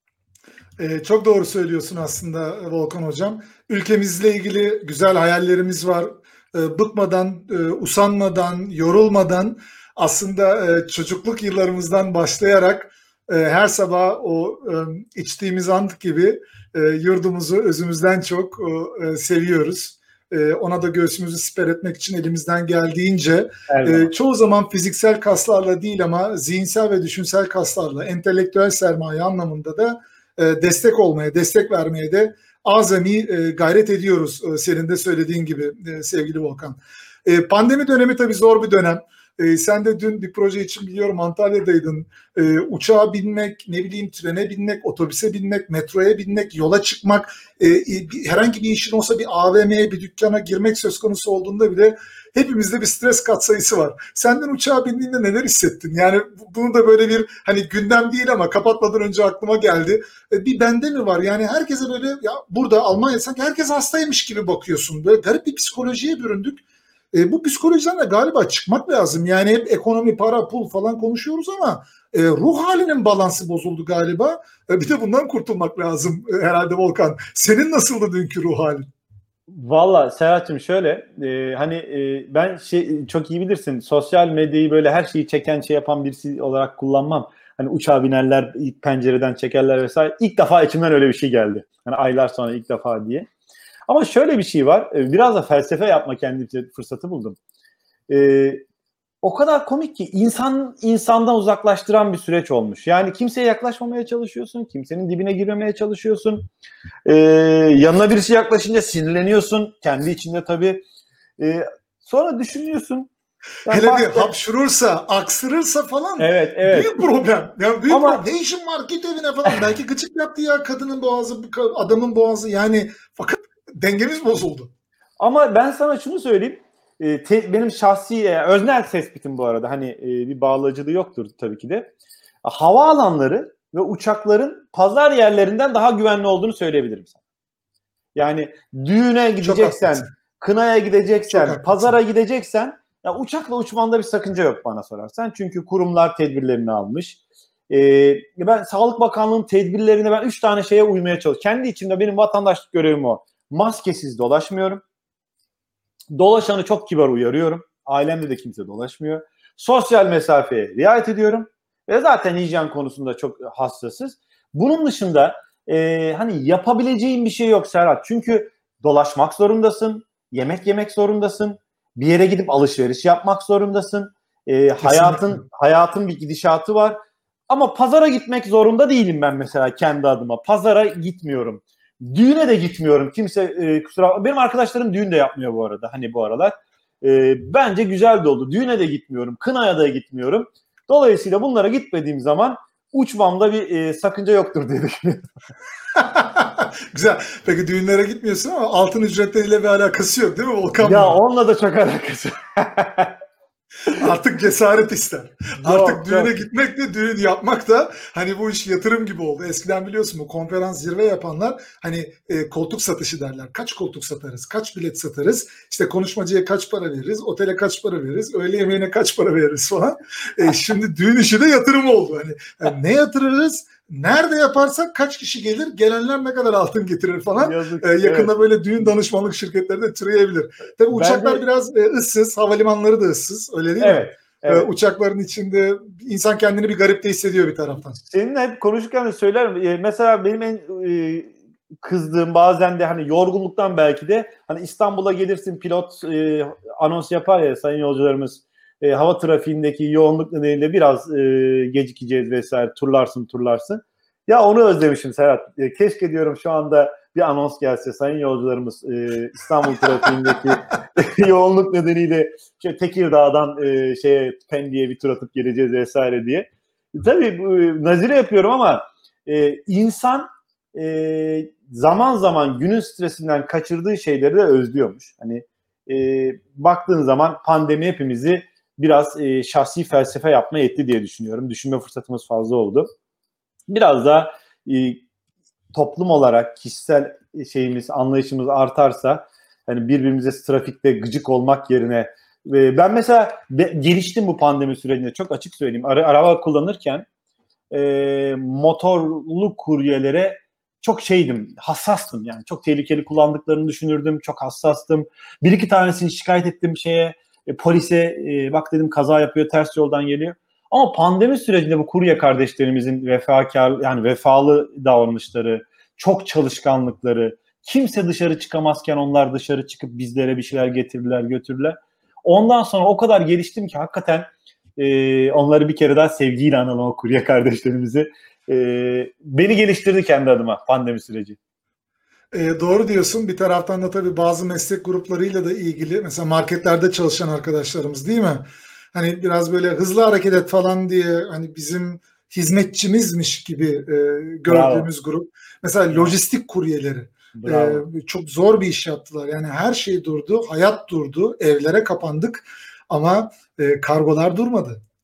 Ee, çok doğru söylüyorsun aslında Volkan Hocam. Ülkemizle ilgili güzel hayallerimiz var. Ee, bıkmadan, e, usanmadan, yorulmadan aslında e, çocukluk yıllarımızdan başlayarak e, her sabah o e, içtiğimiz ant gibi e, yurdumuzu özümüzden çok e, seviyoruz. E, ona da göğsümüzü siper etmek için elimizden geldiğince e, çoğu zaman fiziksel kaslarla değil ama zihinsel ve düşünsel kaslarla, entelektüel sermaye anlamında da e, destek olmaya, destek vermeye de azami e, gayret ediyoruz. E, senin de söylediğin gibi e, sevgili Volkan. E, pandemi dönemi tabii zor bir dönem. E, sen de dün bir proje için biliyorum Antalya'daydın. E, uçağa binmek, ne bileyim trene binmek, otobüse binmek, metroya binmek, yola çıkmak, e, bir, herhangi bir işin olsa bir A V M'ye, bir dükkana girmek söz konusu olduğunda bile hepimizde bir stres katsayısı var. Senden uçağa bindiğinde neler hissettin? Yani bunu da böyle bir hani gündem değil ama kapatmadan önce aklıma geldi. E, bir bende mi var? Yani herkese böyle ya burada Almanya sanki herkes hastaymış gibi bakıyorsun. Böyle garip bir psikolojiye büründük. E, bu psikolojiden de galiba çıkmak lazım. Yani hep ekonomi, para, pul falan konuşuyoruz ama e, ruh halinin balansı bozuldu galiba. E, bir de bundan kurtulmak lazım e, herhalde Volkan. Senin nasıldı dünkü ruh halin? Valla Serhat'cığım şöyle e, hani e, ben şey çok iyi bilirsin, sosyal medyayı böyle her şeyi çeken şey yapan birisi olarak kullanmam. Hani uçağa binerler, ilk pencereden çekerler vesaire. İlk defa içimden öyle bir şey geldi. Hani aylar sonra ilk defa diye. Ama şöyle bir şey var. E, biraz da felsefe yapma kendimce fırsatı buldum. E, O kadar komik ki insan insandan uzaklaştıran bir süreç olmuş. Yani kimseye yaklaşmamaya çalışıyorsun, kimsenin dibine girmemeye çalışıyorsun. Ee, yanına birisi yaklaşınca sinirleniyorsun. Kendi içinde tabii. Ee, sonra düşünüyorsun. Yani Hele bir bahse... hapşurursa, aksırırsa falan evet, evet. büyük problem. Yani büyük Ama... problem. Ne işin var, git evine falan. Belki gıcık yaptı ya kadının boğazı, adamın boğazı. Yani fakat dengemiz bozuldu. Ama ben sana şunu söyleyeyim. Ee, te, benim şahsi, e, öznel tespitim bu arada. Hani e, bir bağlacılığı yoktur tabii ki de. Havaalanları ve uçakların pazar yerlerinden daha güvenli olduğunu söyleyebilirim sana. Yani düğüne gideceksen, kınaya gideceksen, pazara gideceksen ya uçakla uçmanda bir sakınca yok bana sorarsan. Çünkü kurumlar tedbirlerini almış. Ee, ben Sağlık Bakanlığı'nın tedbirlerine ben üç tane şeye uymaya çalışıyorum. Kendi içimde benim vatandaşlık görevim o. Maskesiz dolaşmıyorum. Dolaşanı çok kibar uyarıyorum. Ailemde de kimse dolaşmıyor. Sosyal mesafeye riayet ediyorum. Ve zaten hijyen konusunda çok hassasız. Bunun dışında e, hani yapabileceğin bir şey yok Serhat. Çünkü dolaşmak zorundasın. Yemek yemek zorundasın. Bir yere gidip alışveriş yapmak zorundasın. E, hayatın hayatın bir gidişatı var. Ama pazara gitmek zorunda değilim ben mesela kendi adıma. Pazara gitmiyorum. Düğüne de gitmiyorum. Kimse e, kusura benim arkadaşlarım düğün de yapmıyor bu arada. Hani bu aralar. E, bence güzel de oldu. Düğüne de gitmiyorum. Kınaya da gitmiyorum. Dolayısıyla bunlara gitmediğim zaman uçmamda bir e, sakınca yoktur diye düşünüyorum. Güzel. Peki düğünlere gitmiyorsun ama altın ücretleriyle bir alakası yok değil mi Volkan? Ya onunla da çok alakası Artık cesaret ister. Artık yok, düğüne yok. Gitmek de düğün yapmak da hani bu iş yatırım gibi oldu. Eskiden biliyorsun bu konferans zirve yapanlar hani e, koltuk satışı derler. Kaç koltuk satarız? Kaç bilet satarız? İşte konuşmacıya kaç para veririz? Otele kaç para veririz? Öğle yemeğine kaç para veririz falan. E, şimdi düğün işi de yatırım oldu. Hani yani ne yatırırız? Nerede yaparsak kaç kişi gelir, gelenler ne kadar altın getirir falan. Yazık, ee, yakında evet. Böyle düğün danışmanlık şirketleri de türeyebilir. Tabii uçaklar Bence... biraz e, ıssız, havalimanları da ıssız, öyle değil evet, mi? Evet. Ee, uçakların içinde insan kendini bir garip de hissediyor bir taraftan. Seninle hep konuşurken de söylerim. Ee, mesela benim en e, kızdığım bazen de hani yorgunluktan belki de hani İstanbul'a gelirsin pilot e, anons yapar ya sayın yolcularımız. E, hava trafiğindeki yoğunluk nedeniyle biraz e, gecikeceğiz vesaire turlarsın turlarsın. Ya onu özlemişim Serhat. E, keşke diyorum şu anda bir anons gelse sayın yolcularımız e, İstanbul trafiğindeki yoğunluk nedeniyle işte Tekirdağ'dan e, şeye Pendik'e bir tur atıp geleceğiz vesaire diye. E, tabii bu, nazire yapıyorum ama e, insan e, zaman zaman günün stresinden kaçırdığı şeyleri de özlüyormuş. Hani e, baktığın zaman pandemi hepimizi biraz e, şahsi felsefe yapmaya etti diye düşünüyorum. Düşünme fırsatımız fazla oldu. Biraz da e, toplum olarak kişisel şeyimiz, anlayışımız artarsa hani birbirimize trafikte gıcık olmak yerine e, ben mesela be, geliştim bu pandemi sürecinde çok açık söyleyeyim. Ara, araba kullanırken e, motorlu kuryelere çok şeydim, hassastım yani. Çok tehlikeli kullandıklarını düşünürdüm, çok hassastım. Bir iki tanesini şikayet ettim şeye, E, polise e, bak dedim kaza yapıyor, ters yoldan geliyor. Ama pandemi sürecinde bu kurye kardeşlerimizin vefakar, yani vefalı davranışları, çok çalışkanlıkları, kimse dışarı çıkamazken onlar dışarı çıkıp bizlere bir şeyler getirdiler, götürdüler. Ondan sonra o kadar geliştim ki hakikaten e, onları bir kere daha sevgiyle analım o kurye kardeşlerimizi. E, beni geliştirdi kendi adıma pandemi süreci. E, doğru diyorsun. Bir taraftan da tabii bazı meslek gruplarıyla da ilgili. Mesela marketlerde çalışan arkadaşlarımız değil mi? Hani biraz böyle hızlı hareket et falan diye hani bizim hizmetçimizmiş gibi e, gördüğümüz Bravo. Grup. Mesela lojistik kuryeleri. E, çok zor bir iş yaptılar. Yani her şey durdu. Hayat durdu. Evlere kapandık. Ama e, kargolar durmadı.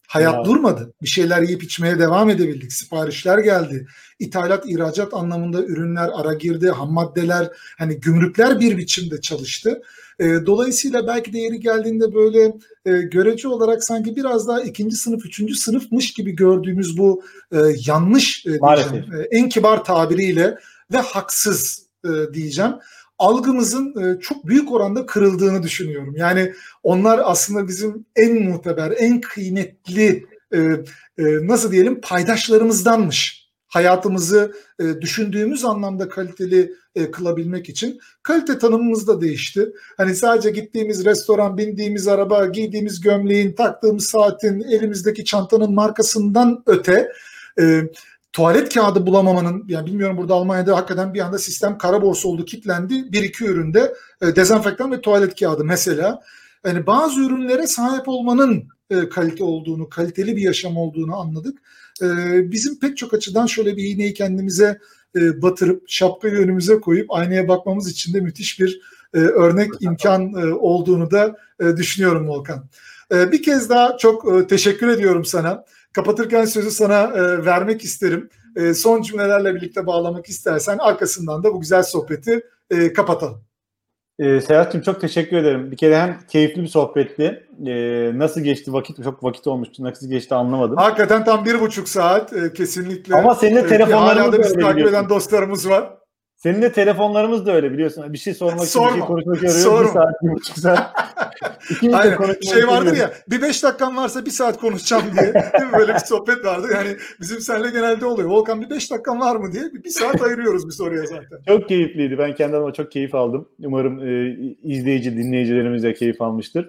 Hayat Ya. durmadı. Bir şeyler yiyip içmeye devam edebildik. Siparişler geldi. İthalat, ihracat anlamında ürünler ara girdi. Ham maddeler, hani gümrükler bir biçimde çalıştı. E, dolayısıyla belki de yeri geldiğinde böyle e, görece olarak sanki biraz daha ikinci sınıf, üçüncü sınıfmış gibi gördüğümüz bu e, yanlış e, diyeceğim. E, en kibar tabiriyle ve haksız e, diyeceğim. Algımızın e, çok büyük oranda kırıldığını düşünüyorum. Yani onlar aslında bizim en muteber, en kıymetli e, e, nasıl diyelim paydaşlarımızdanmış. Hayatımızı e, düşündüğümüz anlamda kaliteli e, kılabilmek için kalite tanımımız da değişti. Hani sadece gittiğimiz restoran, bindiğimiz araba, giydiğimiz gömleğin, taktığımız saatin, elimizdeki çantanın markasından öte e, tuvalet kağıdı bulamamanın, yani bilmiyorum burada Almanya'da hakikaten bir anda sistem kara borsa oldu, kilitlendi. Bir iki üründe e, dezenfektan ve tuvalet kağıdı mesela. Yani bazı ürünlere sahip olmanın e, kalite olduğunu, kaliteli bir yaşam olduğunu anladık. E, bizim pek çok açıdan şöyle bir iğneyi kendimize e, batırıp şapkayı önümüze koyup aynaya bakmamız için de müthiş bir e, örnek imkan e, olduğunu da e, düşünüyorum Volkan. E, bir kez daha çok e, teşekkür ediyorum sana. Kapatırken sözü sana e, vermek isterim. E, son cümlelerle birlikte bağlamak istersen arkasından da bu güzel sohbeti e, kapatalım. E, Serhat'cığım çok teşekkür ederim. Bir kere hem keyifli bir sohbetti. E, nasıl geçti vakit? Çok vakit olmuştu. Nasıl geçti anlamadım. Hakikaten tam bir buçuk saat e, kesinlikle. Ama senin de telefonlarımız hala da da bizi öyle takip biliyorsun. eden dostlarımız var. Senin de telefonlarımız da öyle biliyorsun. Bir şey sormak için, Sorma. bir şey konuşmak arıyoruz. Sorma. Bir saat, bir buçuk saat. İkimiz de Aynen. konuşmak Şey vardır istemiyoruz. ya, bir beş dakikan varsa bir saat konuşacağım diye. Değil mi? Böyle bir sohbet vardı. Yani bizim seninle genelde oluyor. Volkan bir beş dakikan var mı diye. Bir, bir saat ayırıyoruz bir soruya zaten. Çok keyifliydi. Ben kendi adıma çok keyif aldım. Umarım e, izleyici, dinleyicilerimiz de keyif almıştır.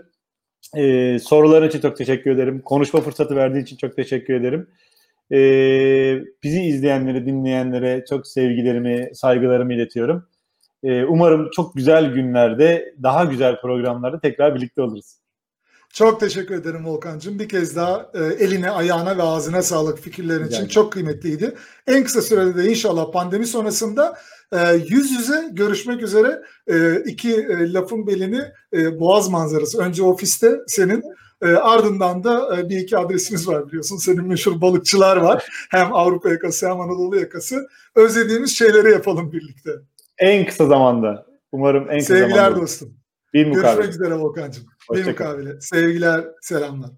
E, soruların için çok teşekkür ederim. Konuşma fırsatı verdiği için çok teşekkür ederim. E, bizi izleyenlere, dinleyenlere çok sevgilerimi, saygılarımı iletiyorum. E, umarım çok güzel günlerde, daha güzel programlarda tekrar birlikte oluruz. Çok teşekkür ederim Volkan'cığım. Bir kez daha e, eline, ayağına ve ağzına sağlık fikirlerin için. Güzel. Çok kıymetliydi. En kısa sürede de inşallah pandemi sonrasında e, yüz yüze görüşmek üzere e, iki e, lafın belini e, Boğaz manzarası. Önce ofiste senin, e, ardından da e, bir iki adresimiz var biliyorsun. Senin meşhur balıkçılar var. Hem Avrupa yakası hem Anadolu yakası. Özlediğimiz şeyleri yapalım birlikte. En kısa zamanda. Umarım en kısa Sevgiler zamanda. Sevgiler dostum. Bir mukabele. Görüşmek üzere Volkan'cığım. Bir Hoşça mukabele. Sevgiler, selamlar.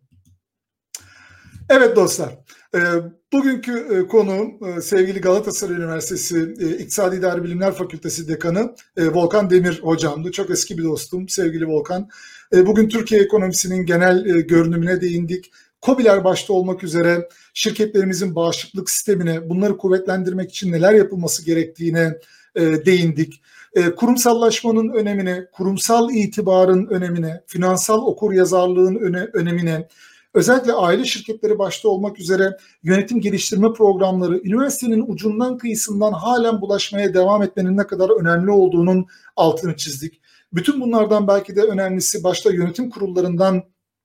Evet dostlar, e, bugünkü e, konuğum e, sevgili Galatasaray Üniversitesi e, İktisadi İdari Bilimler Fakültesi Dekanı e, Volkan Demir hocamdı. Çok eski bir dostum sevgili Volkan. E, bugün Türkiye ekonomisinin genel e, görünümüne değindik. KOBİ'ler başta olmak üzere şirketlerimizin bağışıklık sistemine, bunları kuvvetlendirmek için neler yapılması gerektiğine e, değindik. E, kurumsallaşmanın önemine, kurumsal itibarın önemine, finansal okuryazarlığın öne, önemine, özellikle aile şirketleri başta olmak üzere yönetim geliştirme programları, üniversitenin ucundan kıyısından halen bulaşmaya devam etmenin ne kadar önemli olduğunun altını çizdik. Bütün bunlardan belki de önemlisi başta yönetim kurullarından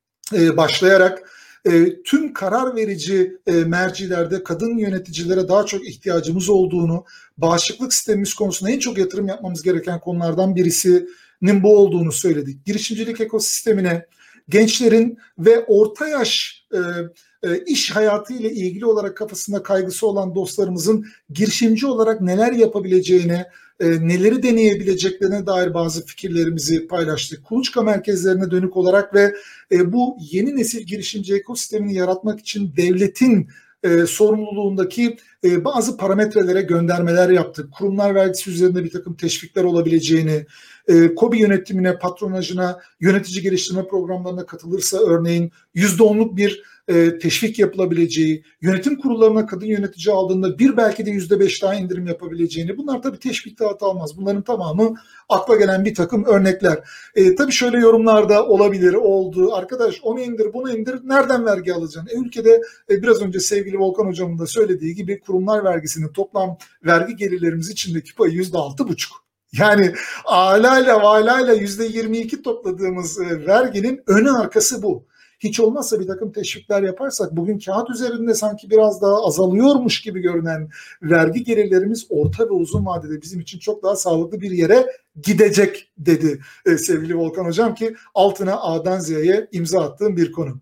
e, başlayarak E, tüm karar verici e, mercilerde kadın yöneticilere daha çok ihtiyacımız olduğunu, bağışıklık sistemimiz konusunda en çok yatırım yapmamız gereken konulardan birisinin bu olduğunu söyledik. Girişimcilik ekosistemine, gençlerin ve orta yaş e, e, iş hayatı ile ilgili olarak kafasında kaygısı olan dostlarımızın girişimci olarak neler yapabileceğine, e, neleri deneyebileceklerine dair bazı fikirlerimizi paylaştık. Kuluçka merkezlerine dönük olarak ve e, bu yeni nesil girişimci ekosistemini yaratmak için devletin e, sorumluluğundaki e, bazı parametrelere göndermeler yaptık. Kurumlar vergisi üzerinde bir takım teşvikler olabileceğini, e, KOBİ yönetimine, patronajına, yönetici geliştirme programlarına katılırsa örneğin yüzde onluk bir e, teşvik yapılabileceği, yönetim kurullarına kadın yönetici aldığında bir belki de yüzde beş daha indirim yapabileceğini, bunlar tabii teşvik dağıtı almaz. Bunların tamamı akla gelen bir takım örnekler. E, tabii şöyle yorumlarda olabilir, oldu. Arkadaş onu indir, bunu indir, nereden vergi alacaksın? E, ülkede e, biraz önce sevgili Volkan hocamın da söylediği gibi kurumlar vergisinin toplam vergi gelirlerimiz içindeki payı yüzde altı buçuk. Yani alayla valayla yüzde yirmi iki topladığımız e, verginin önü arkası bu. Hiç olmazsa bir takım teşvikler yaparsak bugün kağıt üzerinde sanki biraz daha azalıyormuş gibi görünen vergi gelirlerimiz orta ve uzun vadede bizim için çok daha sağlıklı bir yere gidecek dedi e, sevgili Volkan hocam ki altına A'dan Z'ye imza attığım bir konu.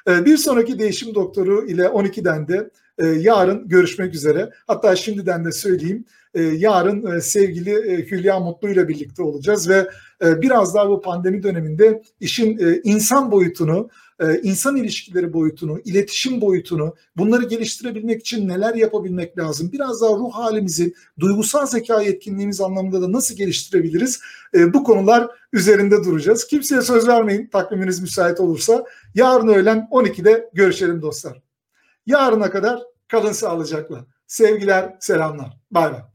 Bir sonraki Değişim Doktoru ile on ikiden de yarın görüşmek üzere. Hatta şimdiden de söyleyeyim. Yarın sevgili Hülya Mutlu ile birlikte olacağız ve biraz daha bu pandemi döneminde işin insan boyutunu, insan ilişkileri boyutunu, iletişim boyutunu, bunları geliştirebilmek için neler yapabilmek lazım? Biraz daha ruh halimizi, duygusal zeka yetkinliğimiz anlamında da nasıl geliştirebiliriz? Bu konular üzerinde duracağız. Kimseye söz vermeyin, takviminiz müsait olursa. Yarın öğlen on ikide görüşelim dostlar. Yarına kadar kalın sağlıcakla. Sevgiler, selamlar. Bay bay.